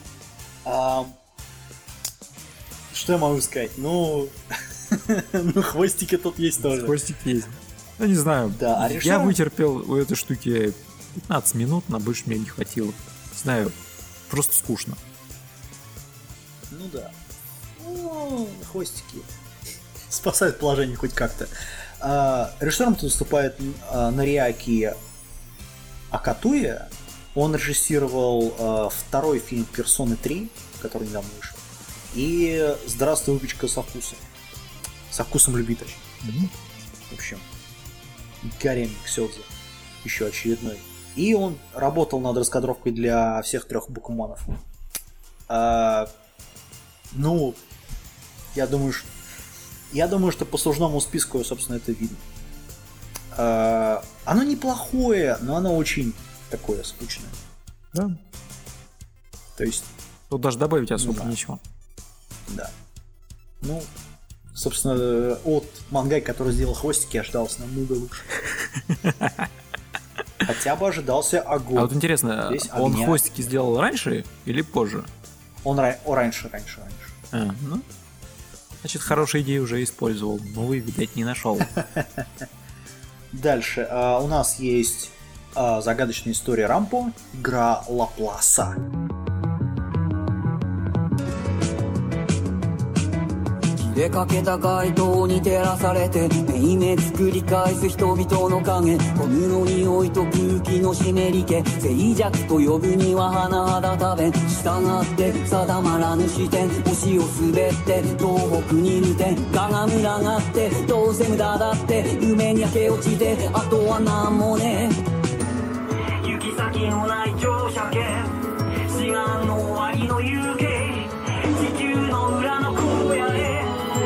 Что я могу сказать? Ну, хвостики тут есть тоже. Хвостики есть. Ну, не знаю. Да, а я вытерпел у этой штуки 15 минут, на больше мне не хватило. Не знаю, просто скучно. Ну да. Ну, хвостики спасают положение хоть как-то. Режиссером тут выступает Нориаки Акатуя. Он режиссировал второй фильм «Персоны 3», который недавно вышел. И «Здравствуй, выпечка со вкусом». Со вкусом любви, точнее. В общем, Гарем Ксёдзе. Еще очередной. И он работал над раскадровкой для всех 3 Бакуманов. Ну, я думаю, что по послужному списку, собственно, это видно. Оно неплохое, но оно очень такое скучное. Да. То есть... Тут даже добавить особо нечего. Да. Ну, собственно, от мангай, который сделал хвостики, ожидалось намного лучше. Хотя бы ожидался огонь. А вот интересно, он хвостики сделал раньше или позже? Он раньше. Ну, значит, хорошие идеи уже использовал, новые, видать, не нашел. Дальше. У нас есть загадочная история Рампо, игра Лапласа. 出かけた街灯に照らされてめいめつ繰り返す人々の影ゴムの匂いと空気の湿り気静寂と呼ぶには甚だ多弁従って定まらぬ視点星を滑って東北に流転我が群がってどうせ無駄だって夢に焼け落ちてあとは何もね行き先のない乗車券志願の終わりの夕景地球の裏の荒野へ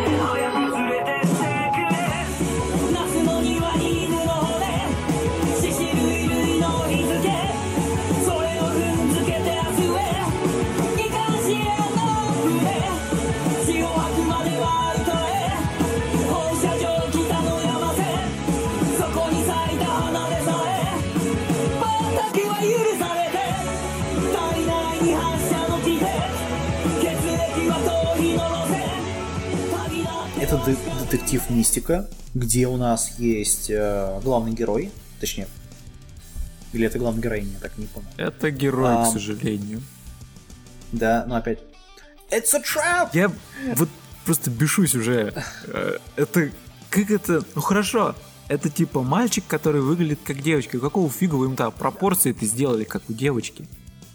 Это детектив Мистика, где у нас есть главный герой, точнее, или это главная героиня, я так не помню. Это герой, к сожалению. Да, но опять. It's a trap! Я вот просто бешусь уже. Это как это? Ну хорошо. Это типа мальчик, который выглядит как девочка. Какого фига вы им там пропорции-то сделали, как у девочки?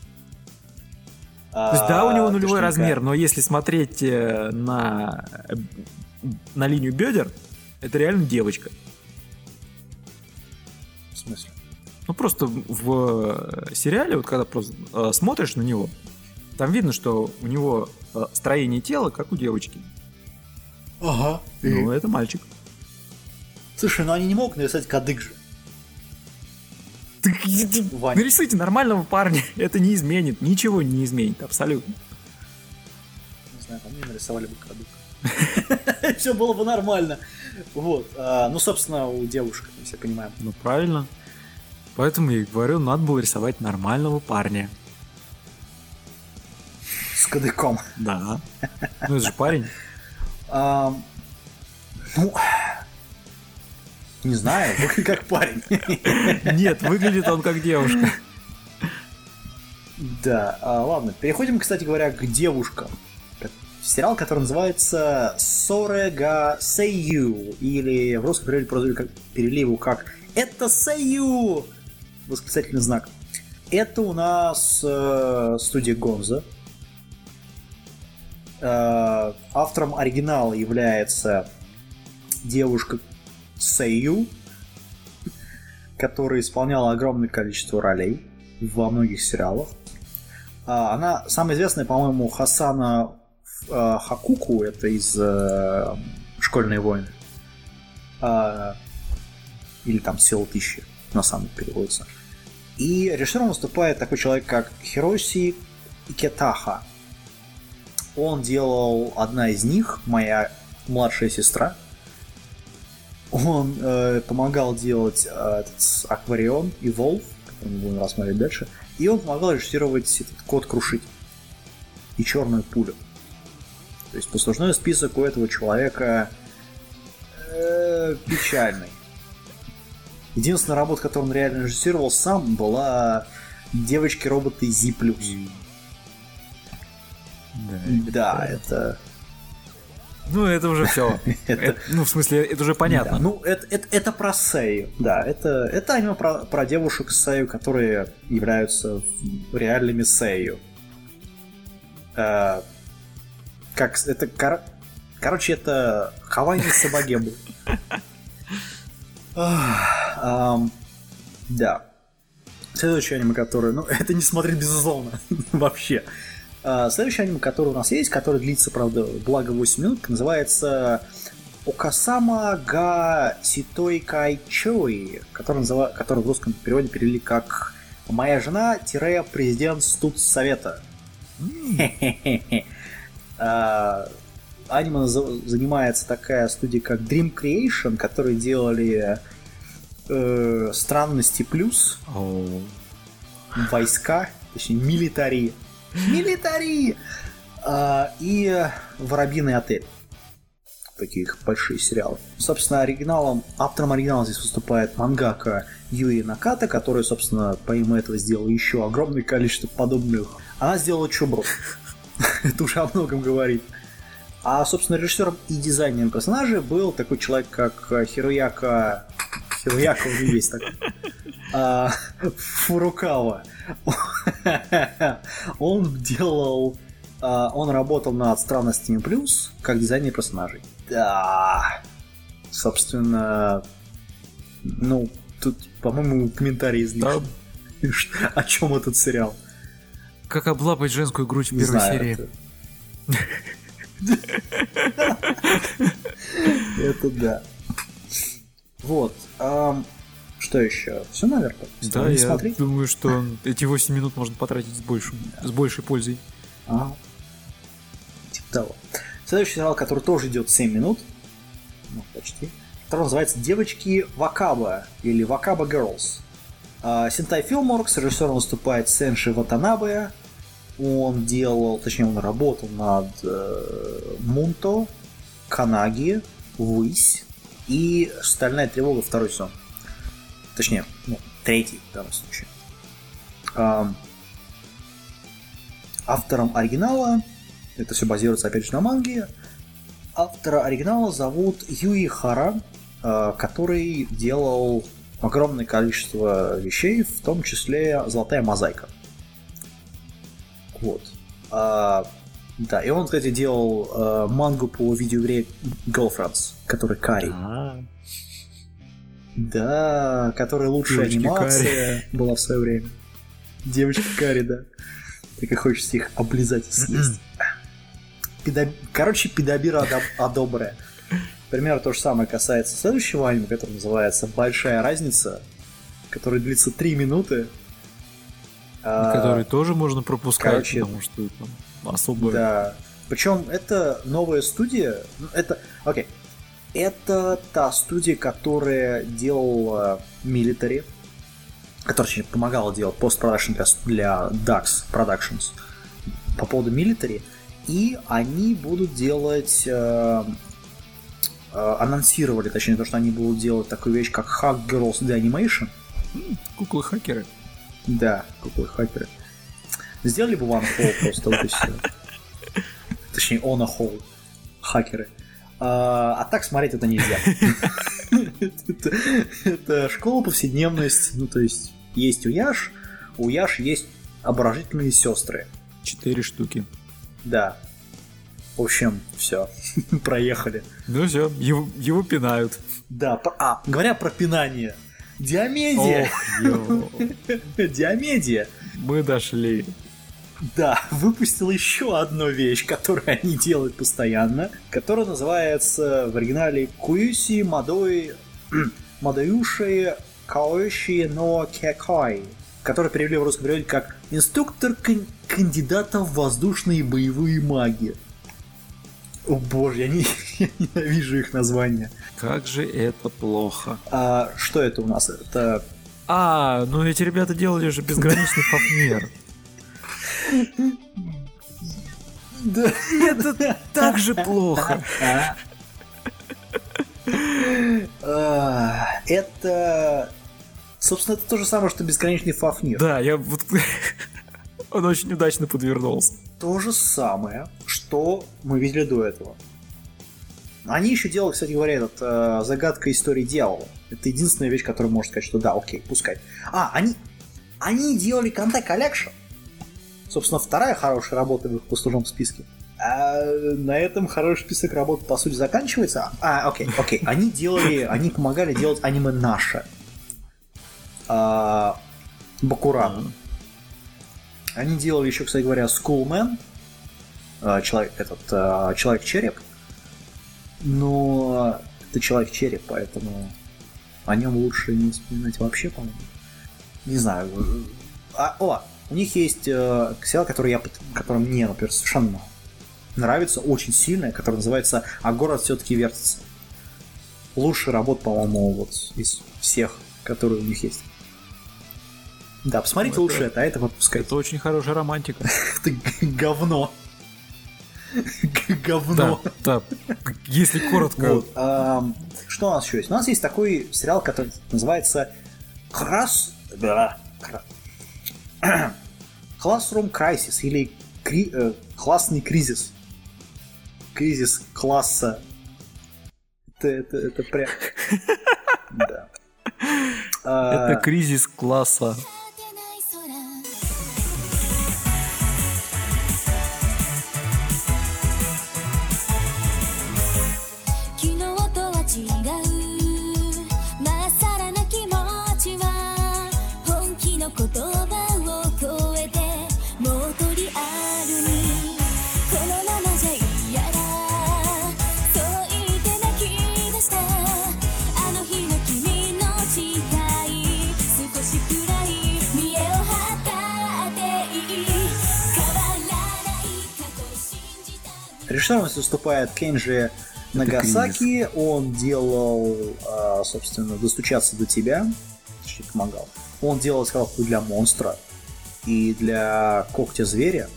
То есть, да, у него нулевой размер, но если смотреть на линию бедер, это реально девочка. В смысле? Ну, просто в сериале, вот когда просто смотришь на него, там видно, что у него строение тела, как у девочки. Ага. Ну, это мальчик. Слушай, ну они не могут нарисовать кадык же. Ваня. Нарисуйте нормального парня, это не изменит, ничего не изменит, абсолютно. Не знаю, там мне нарисовали бы кадык. Все было бы нормально. Вот. Ну, собственно, у девушек, мы все понимаем. Ну, правильно. Поэтому я и говорю, надо было рисовать нормального парня. С кадыком. Да. Ну, это же парень. Ну... Не знаю, выглядит как парень. Нет, выглядит он как девушка. Да, ладно. Переходим, кстати говоря, к девушкам. Сериал, который называется Сорега Сэйю. Или в русском перевели его как «Это Сэйю!» Восклицательный знак. Это у нас студия Гонзо. Автором оригинала является девушка Сэйю, которая исполняла огромное количество ролей во многих сериалах. Она самая известная, по-моему, Хасана Хакуку, это из «Школьные войны». или там «Сила тысячи» на самом деле переводится. И режиссером выступает такой человек, как Хироси Икетаха. Он делал «Одна из них», «Моя младшая сестра». Он помогал делать этот «Акварион» и «Волф», который мы будем рассматривать дальше. И он помогал режиссировать этот «Код крушить» и «Черную пулю». То есть послужной список у этого человека печальный. Единственная работа, которую он реально режиссировал сам, была «Девочки-роботы Зи+». Да, это... Ну, это уже все. Ну, в смысле, это уже понятно. Да, ну, это про сею. Да, это аниме про девушек сею, которые являются реальными сею. Как это... Короче, это Хавайи Сабагебу. Да. Следующее аниме, которое... Ну, это не смотреть, безусловно. Вообще. Следующее аниме, которое у нас есть, которое длится, правда, благо 8 минут, называется Окасама га Ситой Кай Чои, который в русском переводе перевели как «Моя жена-президент студсовета». Аниме занимается такая студия, как Dream Creation, которые делали «Странности плюс», «Войска», точнее, «Милитари», и «Воробьиный отель». Такие большие сериалы. Собственно, автором оригинала здесь выступает мангака Юи Наката, которая, собственно, помимо этого сделала еще огромное количество подобных. Она сделала Чубру. Это уже о многом говорит. А, собственно, режиссером и дизайнером персонажей был такой человек, как Хирояка у него есть такой. Фурукава. Он работал над «Странностями плюс» как дизайнер персонажей. Да. Собственно, ну, тут, по-моему, комментарий излишен. Да. О чем этот сериал? Как облапать женскую грудь в первой серии. Это да. Вот. Что еще? Все, наверное? Да, я думаю, что эти 8 минут можно потратить с большей пользой. Типа того. Следующий сериал, который тоже идет 7 минут, ну, почти, который называется «Девочки Вакаба» или «Вакаба Girls». Синтай Филморкс, режиссером выступает Сенши Ватанабе. Он работал над Мунто, Канаги, Высь и «Стальная тревога» второй сезон. Точнее, третий в данном случае. Автором оригинала, это все базируется опять же на манге, автора оригинала зовут Юи Хара, который делал огромное количество вещей, в том числе «Золотая мозаика». Вот. Да, и он, кстати, делал мангу по видеоигре Girlfriends, который Кари. Да, которая лучшая анимация была в свое время. Девочка Кари, да. Так и хочется их облизать и съесть. Короче, педобира адобрая. Примерно то же самое касается следующего аниме, который называется «Большая разница», который длится 3 минуты. Который тоже можно пропускать, потому что там особо... Да. Причем это новая студия. Окей. Это та студия, которая делала Military, которая помогала делать постпродакшн для DAX Productions по поводу Military. И они будут делать... анонсировали, точнее, то, что они будут делать такую вещь, как Hack Girls The Animation. Куклы-хакеры. Да, куклы-хакеры. Сделали бы One Hole просто, вот и все. Точнее, On a Hole. Хакеры. А так смотреть это нельзя. Это школа повседневность. Ну, то есть, есть у Яш есть обворожительные сестры. 4 штуки. Да. В общем, все. Проехали. Ну все, его пинают. Да, говоря про пинание. Диамедия. Диамедия. Мы дошли. Да, выпустил еще одну вещь, которую они делают постоянно, которая называется в оригинале Куюси Мадой Мадаюши Каоши но Кекай, который перевели в русском переводе как «Инструктор кандидата в воздушные боевые маги». О боже, я ненавижу их название. Как же это плохо. А что это у нас? Это... Ну эти ребята делали же безграничный Фафнир. Да. Это так же плохо. Это... Собственно, это то же самое, что бесконечный Фафнир. Да, я вот... Он очень удачно подвернулся. То же самое, что мы видели до этого. Они еще делали, кстати говоря, этот загадка истории дьявола. Это единственная вещь, которая может сказать, что да, окей, пускай. Они делали Contact Collection. Собственно, вторая хорошая работа в их послужном списке. А на этом хороший список работ, по сути, заканчивается. Окей. Они помогали делать аниме наше. Бакуран. Они делали еще, кстати говоря, Schoolman, Человек-череп. Но это Человек-череп, поэтому о нем лучше не вспоминать вообще, по-моему. Не знаю. У них есть сериал, который мне, например, совершенно нравится, очень сильно, который называется «А город все-таки вертится». Лучшая работа, по-моему, вот из всех, которые у них есть. Да, посмотрите лучше это, а это выпускайте. Это очень хорошая романтика. Это говно. Говно. Да, если коротко. Вот. Что у нас еще есть? У нас есть такой сериал, который называется Classroom Crisis или классный кризис. Кризис класса. Это прям... Да. Это кризис класса. Режиссером выступает Кенджи Нагасаки. Он делал, собственно, «Достучаться до тебя», точнее, помогал. Он делал скалку для «Монстра» и для «Когтя зверя».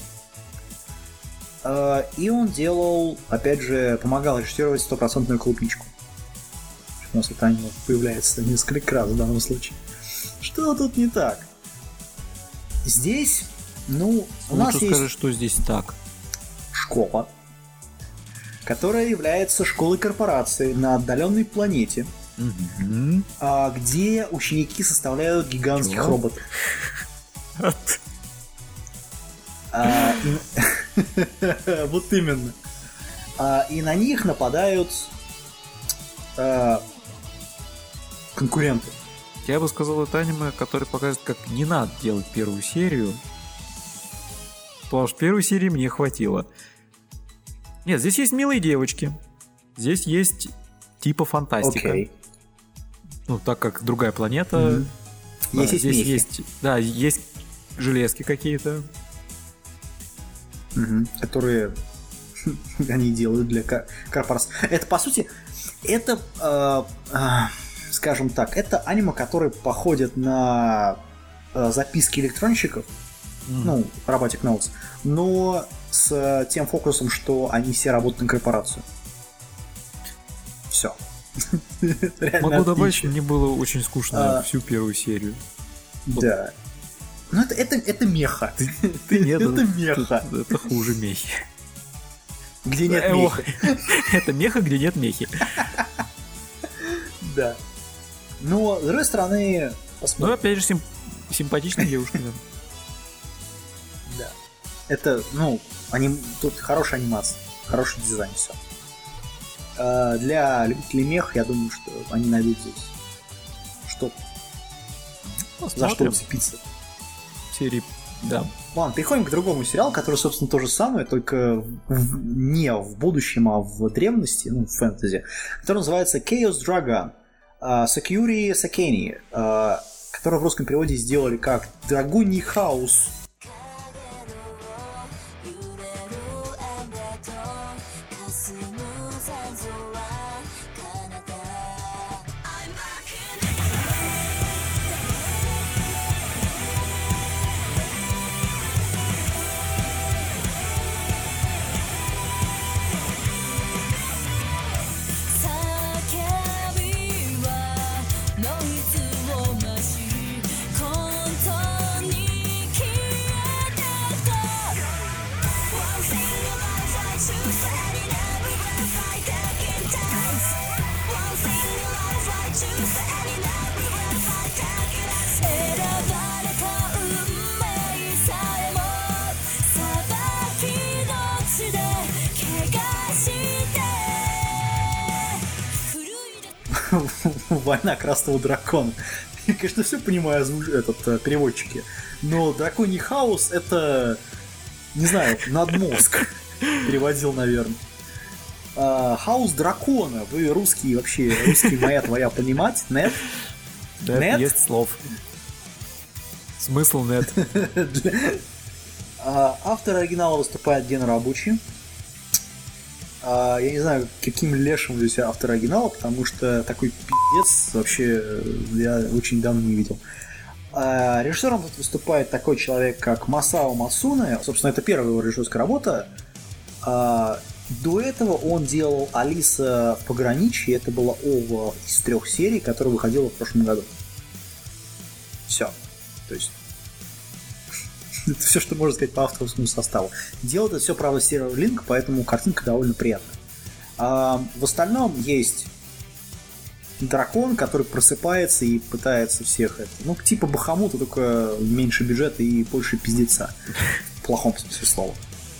И он делал, опять же, помогал режиссировать «100% клубничку». У нас это аниме появляется несколько раз в данном случае. Что тут не так? Здесь, у нас есть... скажи, что здесь так. Школа, которая является школой корпорации на отдаленной планете, где ученики составляют гигантских роботов. Вот именно. И на них нападают конкуренты. Я бы сказал, это аниме, которое показывает, как не надо делать первую серию. Потому что первой серии мне хватило. Нет, здесь есть милые девочки. Здесь есть типа фантастика. Okay. Так как другая планета. Здесь есть. Да, есть железки какие-то. Которые они делают для корпорации. Это, по сути, это, скажем так, это аниме, которые походят на записки электронщиков, Robotic Notes, но с тем фокусом, что они все работают на корпорацию. Все. Могу добавить, мне было очень скучно всю первую серию. Да. Ну это меха. Ты нет, это меха. Это хуже мехи. Где нет мехи. Это меха, где нет мехи. Да. Но, с другой стороны... Ну, опять же, симпатичная девушка, да. Да. Это, тут хорошая анимация, хороший дизайн, все. Для любителей мех, я думаю, что они найдут здесь за что уцепиться. Серии, да. Ладно, переходим к другому сериалу, который, собственно, то же самое, только не в будущем, а в древности, в фэнтези, который называется Chaos Dragon. Сакьюри Сакени, который в русском переводе сделали как «Драгуний хаос». Война Красного Дракона. Я, конечно, все понимаю, переводчики. Но Драконий хаос — это, не знаю, надмозг. Переводил, наверное. Хаос дракона. Вы русские вообще, русский моя твоя понимать? Нет? Нет? Есть слов. Смысл нет. Автор оригинала выступает Ген Рабучи. Я не знаю, каким лешим здесь автор оригинала, потому что такой пиздец вообще я очень давно не видел. Режиссером тут выступает такой человек, как Масао Мацуне. Собственно, это первая его режиссерская работа. До этого он делал «Алиса в пограничье». Это была ова из 3 серий, которая выходила в прошлом году. Все. То есть это все, что можно сказать по авторскому составу. Делает это все, правда, серый линк, поэтому картинка довольно приятная. В остальном есть дракон, который просыпается и пытается всех это. Ну, типа Бахамута, только меньше бюджета и больше пиздеца. В плохом смысле слова.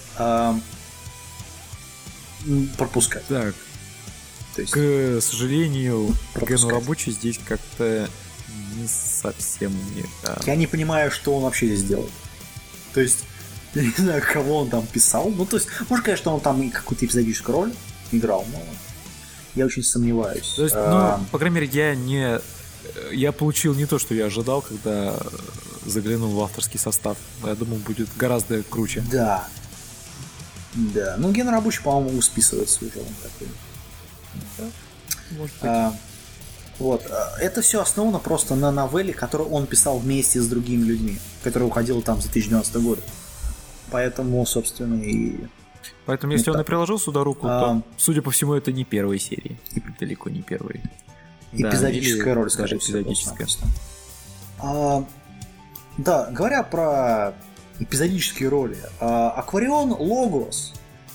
Пропускать. Так. То есть, к сожалению, Гену Рабочий здесь как-то не совсем мне. Да. Я не понимаю, что он вообще здесь делает. То есть, я не знаю, кого он там писал. Ну, то есть, может, конечно, он там и какую-то эпизодическую роль играл, но я очень сомневаюсь. То есть, по крайней мере, я получил не то, что я ожидал, когда заглянул в авторский состав. Я думал, будет гораздо круче. Да. Да. Ну, Ген Рабочий, по-моему, списывается уже. Он такой. Да, может быть. Вот. Это все основано просто на новелле, которую он писал вместе с другими людьми, которая уходила там за 2012 год. Поэтому, собственно, и... Поэтому, если он и приложил сюда руку, то, судя по всему, это не первые серии. Далеко не первые. Эпизодическая роль, скажем. Эпизодическая. Да, говоря про эпизодические роли, Акварион Логос.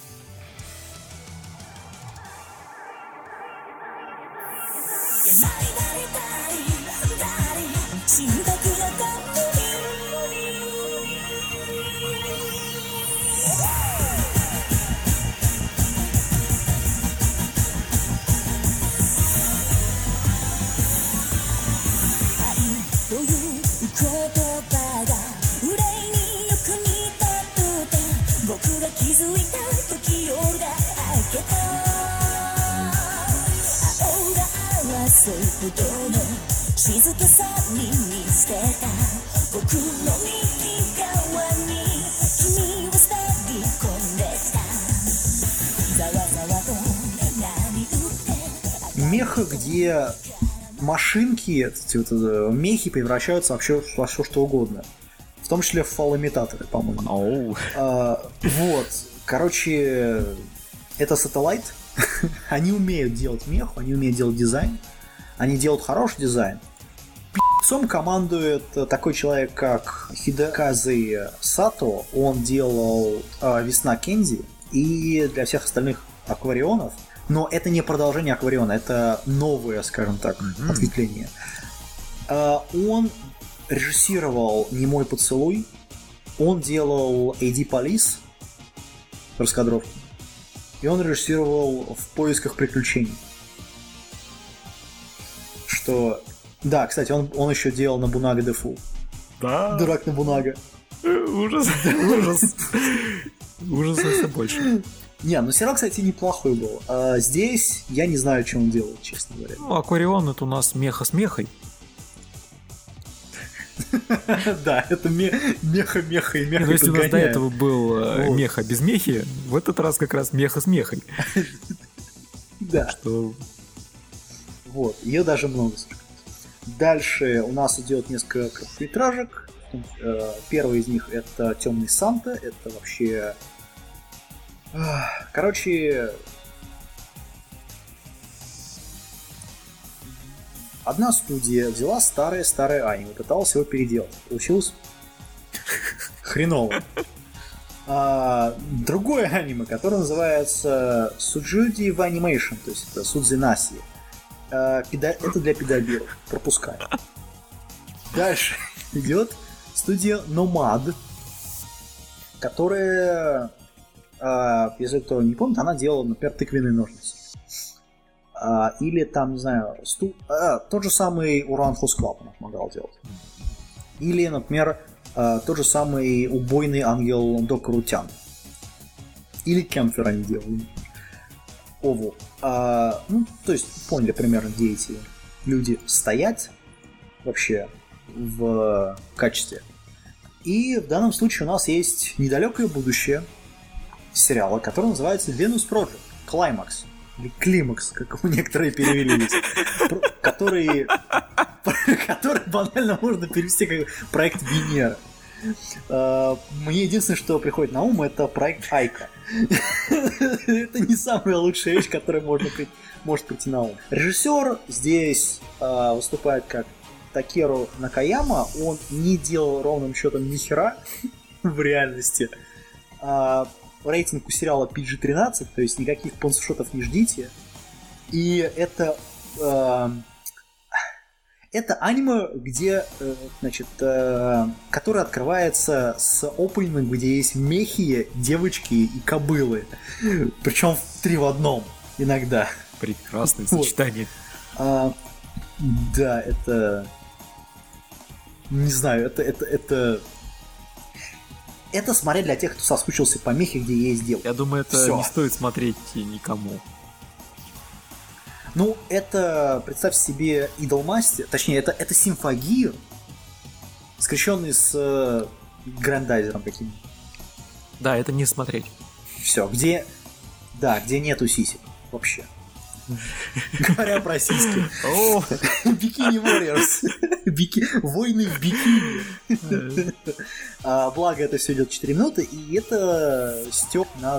Меха, где машинки, мехи превращаются вообще во все что угодно. В том числе в фалоимитаторы, по-моему. Вот. Короче, это Satellite. Они умеют делать меху, они умеют делать дизайн. Они делают хороший дизайн. Пи***цом командует такой человек, как Хидекази Сато. Он делал «Весна Кензи» и для всех остальных акварионов. Но это не продолжение Аквариона, это новое, скажем так, ответвление. Он режиссировал «Немой поцелуй», он делал AD Police, раскадровку, и он режиссировал «В поисках приключений». Что... Да, кстати, он еще делал Набунага Дефу. Да. Дурак Набунага. Ужас. Ужас. Ужас еще больше. Не, ну сериал, кстати, неплохой был. А здесь я не знаю, что он делает, честно говоря. Ну, Акварион это у нас меха с мехой. Да, это меха и меха Но если у нас до подгоняют. этого был меха без мехи, в этот раз как раз меха с мехой. Да, Что вот, ее даже много. Дальше у нас идет несколько короткометражек. Первый из них это Темный Санта. Это вообще... Короче... Одна студия взяла старое аниме, пыталась его переделать. Получилось хреново. Другое аниме, которое называется Суджуди в Animation, то есть это Судзинаси. Это для педобиров. Пропускаю. Дальше идет студия Nomad, которая, если кто не помнит, она делала, например, тыквенные ножницы. Или там, не знаю, тот же самый Уран House Club она помогала делать. Или, например, тот же самый убойный ангел Докрутян. Или Кемфер они делали. Ову. Ну, то есть, поняли примерно, где эти люди стоят вообще в качестве. И в данном случае у нас есть недалекое будущее сериала, который называется Venus Project Climax. Или Климакс, как у некоторых перевели, который банально можно перевести как проект Венера. Мне единственное, что приходит на ум, это проект Айка. Это не самая лучшая вещь, которая может прийти на ум. Режиссер здесь выступает как Такеру Накаяма. Он не делал ровным счетом ни хера в реальности. Рейтинг у сериала PG-13, то есть никаких пансшотов не ждите. И это аниме, где, значит, которое открывается с опенингом, где есть мехи, девочки и кобылы. Причем 3 в одном иногда. прекрасное сочетание. Да, это... Не знаю, это смотреть для тех, кто соскучился по мехе, где есть девушка. Я думаю, это Всё. не стоит смотреть никому. Ну, это, представьте себе, Idolmaster, точнее, это Симфагир, скрещенный с Грандайзером каким-то. Да, это не смотреть. Все, где нету сисек вообще. Говоря про сиськи. Бикини Warriors. Войны в бикини. Благо, это все идет 4 минуты, и это стёб над,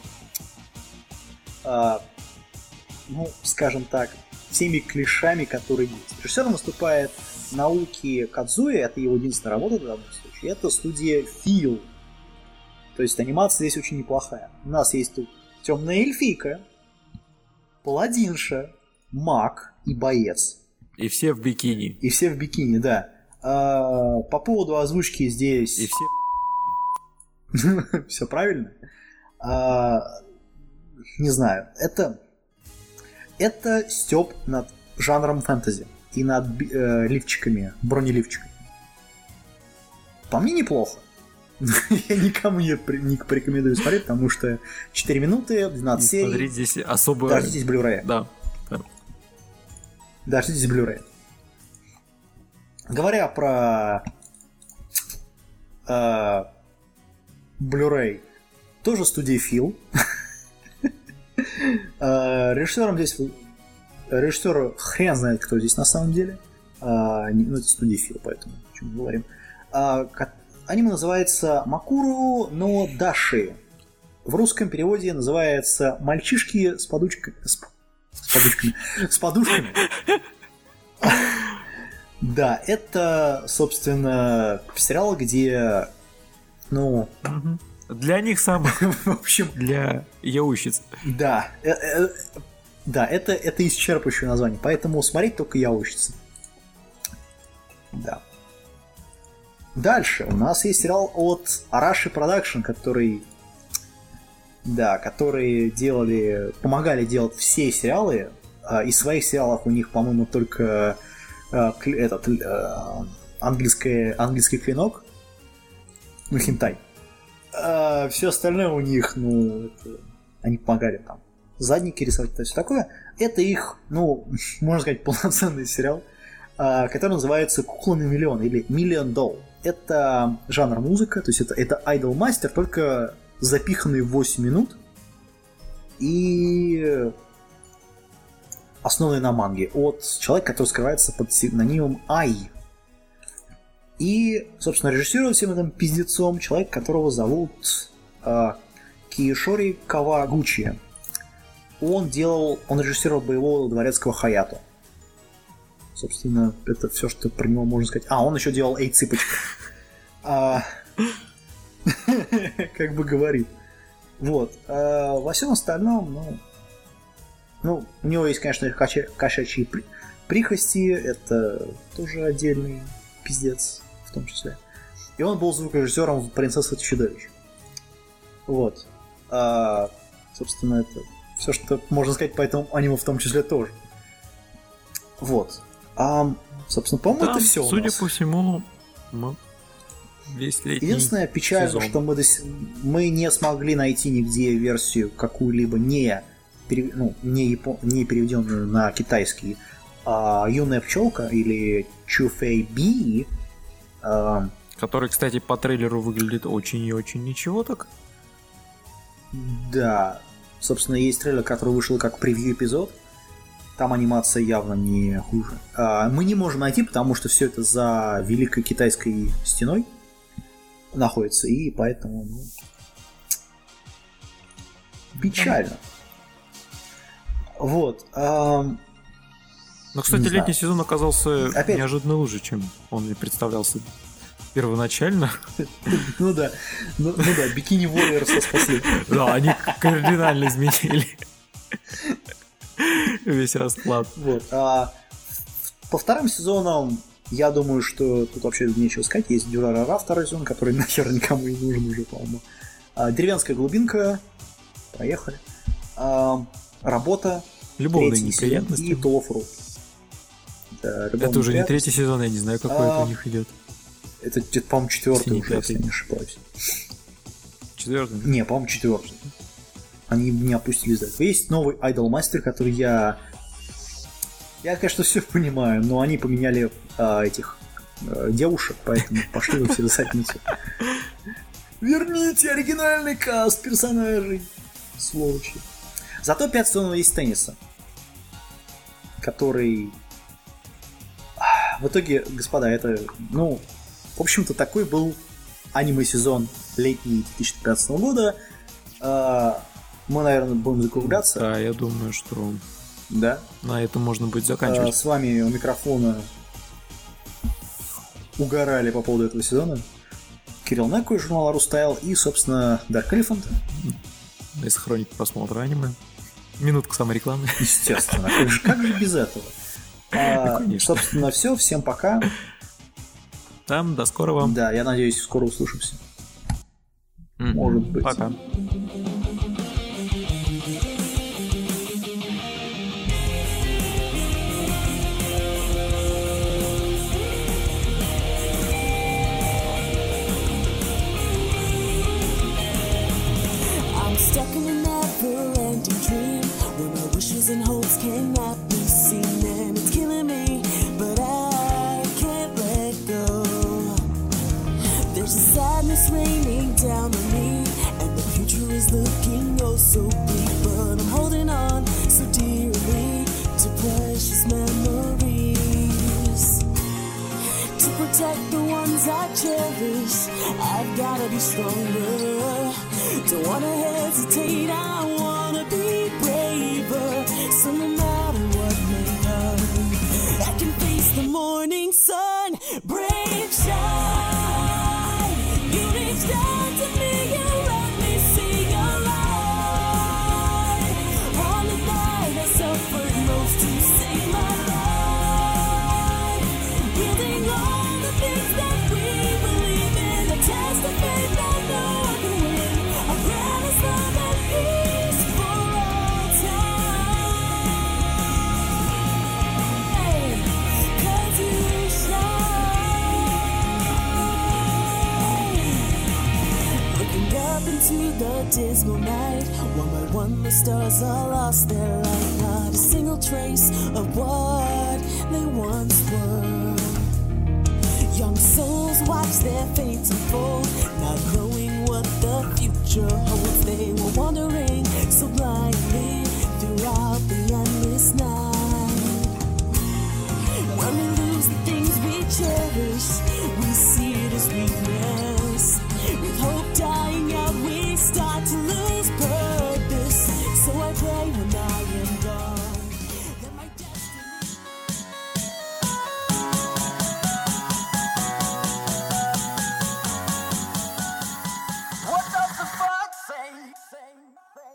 ну, скажем так, всеми клишами, которые есть. Режиссером выступает Науки Кадзуи, это его единственная работа в данном случае. Это студия Feel. То есть анимация здесь очень неплохая. У нас есть тут темная эльфийка, паладинша, маг и боец. И все в бикини. И все в бикини, да. По поводу озвучки здесь... И все... Все правильно? Не знаю. Это стёб над жанром фэнтези и над лифчиками, бронеливчиками. По мне неплохо. Я никому не порекомендую смотреть, потому что 4 минуты, 12 серий. Смотрите, здесь особо... Дождитесь Blu-ray. Да. Дождитесь Blu-ray. Говоря про Blu-ray, тоже студия Feel. Режиссером здесь... Режиссер хрен знает, кто здесь на самом деле. Ну, это студия Feel, поэтому о чем мы говорим. Аниме называется Макуру но Даши. В русском переводе называется «Мальчишки с подушками». С подушками. Да, это, собственно, сериал, где, ну... Для них самых, в общем... Для яойщиц. Да. Да, это исчерпывающее название, поэтому смотреть только яойщицы. Да. Дальше у нас есть сериал от Arashi Production, которые помогали делать все сериалы. Из своих сериалов у них, по-моему, только английский клинок, ну, хентай. Все остальное у них, ну, это они помогали там задники рисовать, это все такое. Это их, ну, можно сказать, полноценный сериал, который называется «Кукла на миллион» или «Million Doll». Это жанр музыка, то есть это Idol Master, только запиханный в 8 минут и основанный на манге от человека, который скрывается под псевдонимом Ай. И, собственно, режиссирует всем этим пиздецом человек, которого зовут Киешори Кавагучи. Он режиссировал боевого дворецкого Хаято. Собственно, это все, что про него можно сказать. Он еще делал «Эй, цыпочка». Как бы говорит. Вот. Во всем остальном, ну, у него есть, конечно, кошачьи прихости. Это тоже отдельный пиздец, в том числе. И он был звукорежиссером «Принцессы и чудовищ». Вот. Собственно, это все, что можно сказать по этому аниме в том числе тоже. Вот. Собственно, по-моему, это все. Судя по всему, весь летний единственное печально, что мы не смогли найти нигде версию какую-либо не переведенную на китайский «Юная пчелка» или «Чуфей Би». Который, кстати, по трейлеру выглядит очень и очень ничего так. Да. Собственно, есть трейлер, который вышел как превью-эпизод. Там анимация явно не хуже. Мы не можем найти, потому что все это за Великой Китайской стеной находится, и поэтому печально. Вот. Но, кстати, летний сезон оказался неожиданно лучше, чем он и представлялся первоначально. Ну да, Бикини Warriors спасли. Да, они кардинально изменили весь расклад. Вот. По вторым сезонам, я думаю, что тут вообще нечего сказать. Есть Дюрарара, второй сезон, который нахер никому не нужен уже, по-моему. Деревенская глубинка. Поехали. Работа. Любовные неприятности. И Толофру. Это уже не третий сезон, я не знаю, какой это у них идет. Это по-моему, четвертый уже, если я не ошибаюсь. Четвертый? Не, по-моему, четвертый. Они не опустились до этого. Есть новый Idol Master, который я, конечно, все понимаю, но они поменяли этих девушек, поэтому пошли вы все за задницу. Верните оригинальный каст персонажей. Сволочи. Зато 5 сезонов есть тенниса, который... В итоге, господа, это, в общем-то, такой был аниме-сезон летний 2015 года. Мы, наверное, будем закругляться. Да, я думаю, что да? На этом можно будет заканчивать. С вами у микрофона угорали по поводу этого сезона Кирилл Неко из журнала Рустайл и, собственно, Dark Elephant. Если хроники просмотра аниме. Минутка саморекламы. Естественно. Как же без этого? Собственно, все. Всем пока. Там, до скорого. Да, я надеюсь, скоро услышимся. Может быть. Пока. Stuck in a never-ending dream where my wishes and hopes cannot be seen, and it's killing me, but I can't let go. There's a sadness raining down on me, and the future is looking oh so bleak, but I'm holding on so dearly to precious memories. To protect the ones I cherish, I've gotta be stronger. Don't wanna hesitate, I wanna be braver. So no matter what may come, I can face the morning sun. Brave, shine. You reached out to me, you let me see your light. On the night I suffered most to save my life. Building all the things that we believe in, a test of faith I know I can win. I promise love and peace. a dismal night. One by one the stars all lost their light. Not a single trace of what they once were. Young souls watch their fates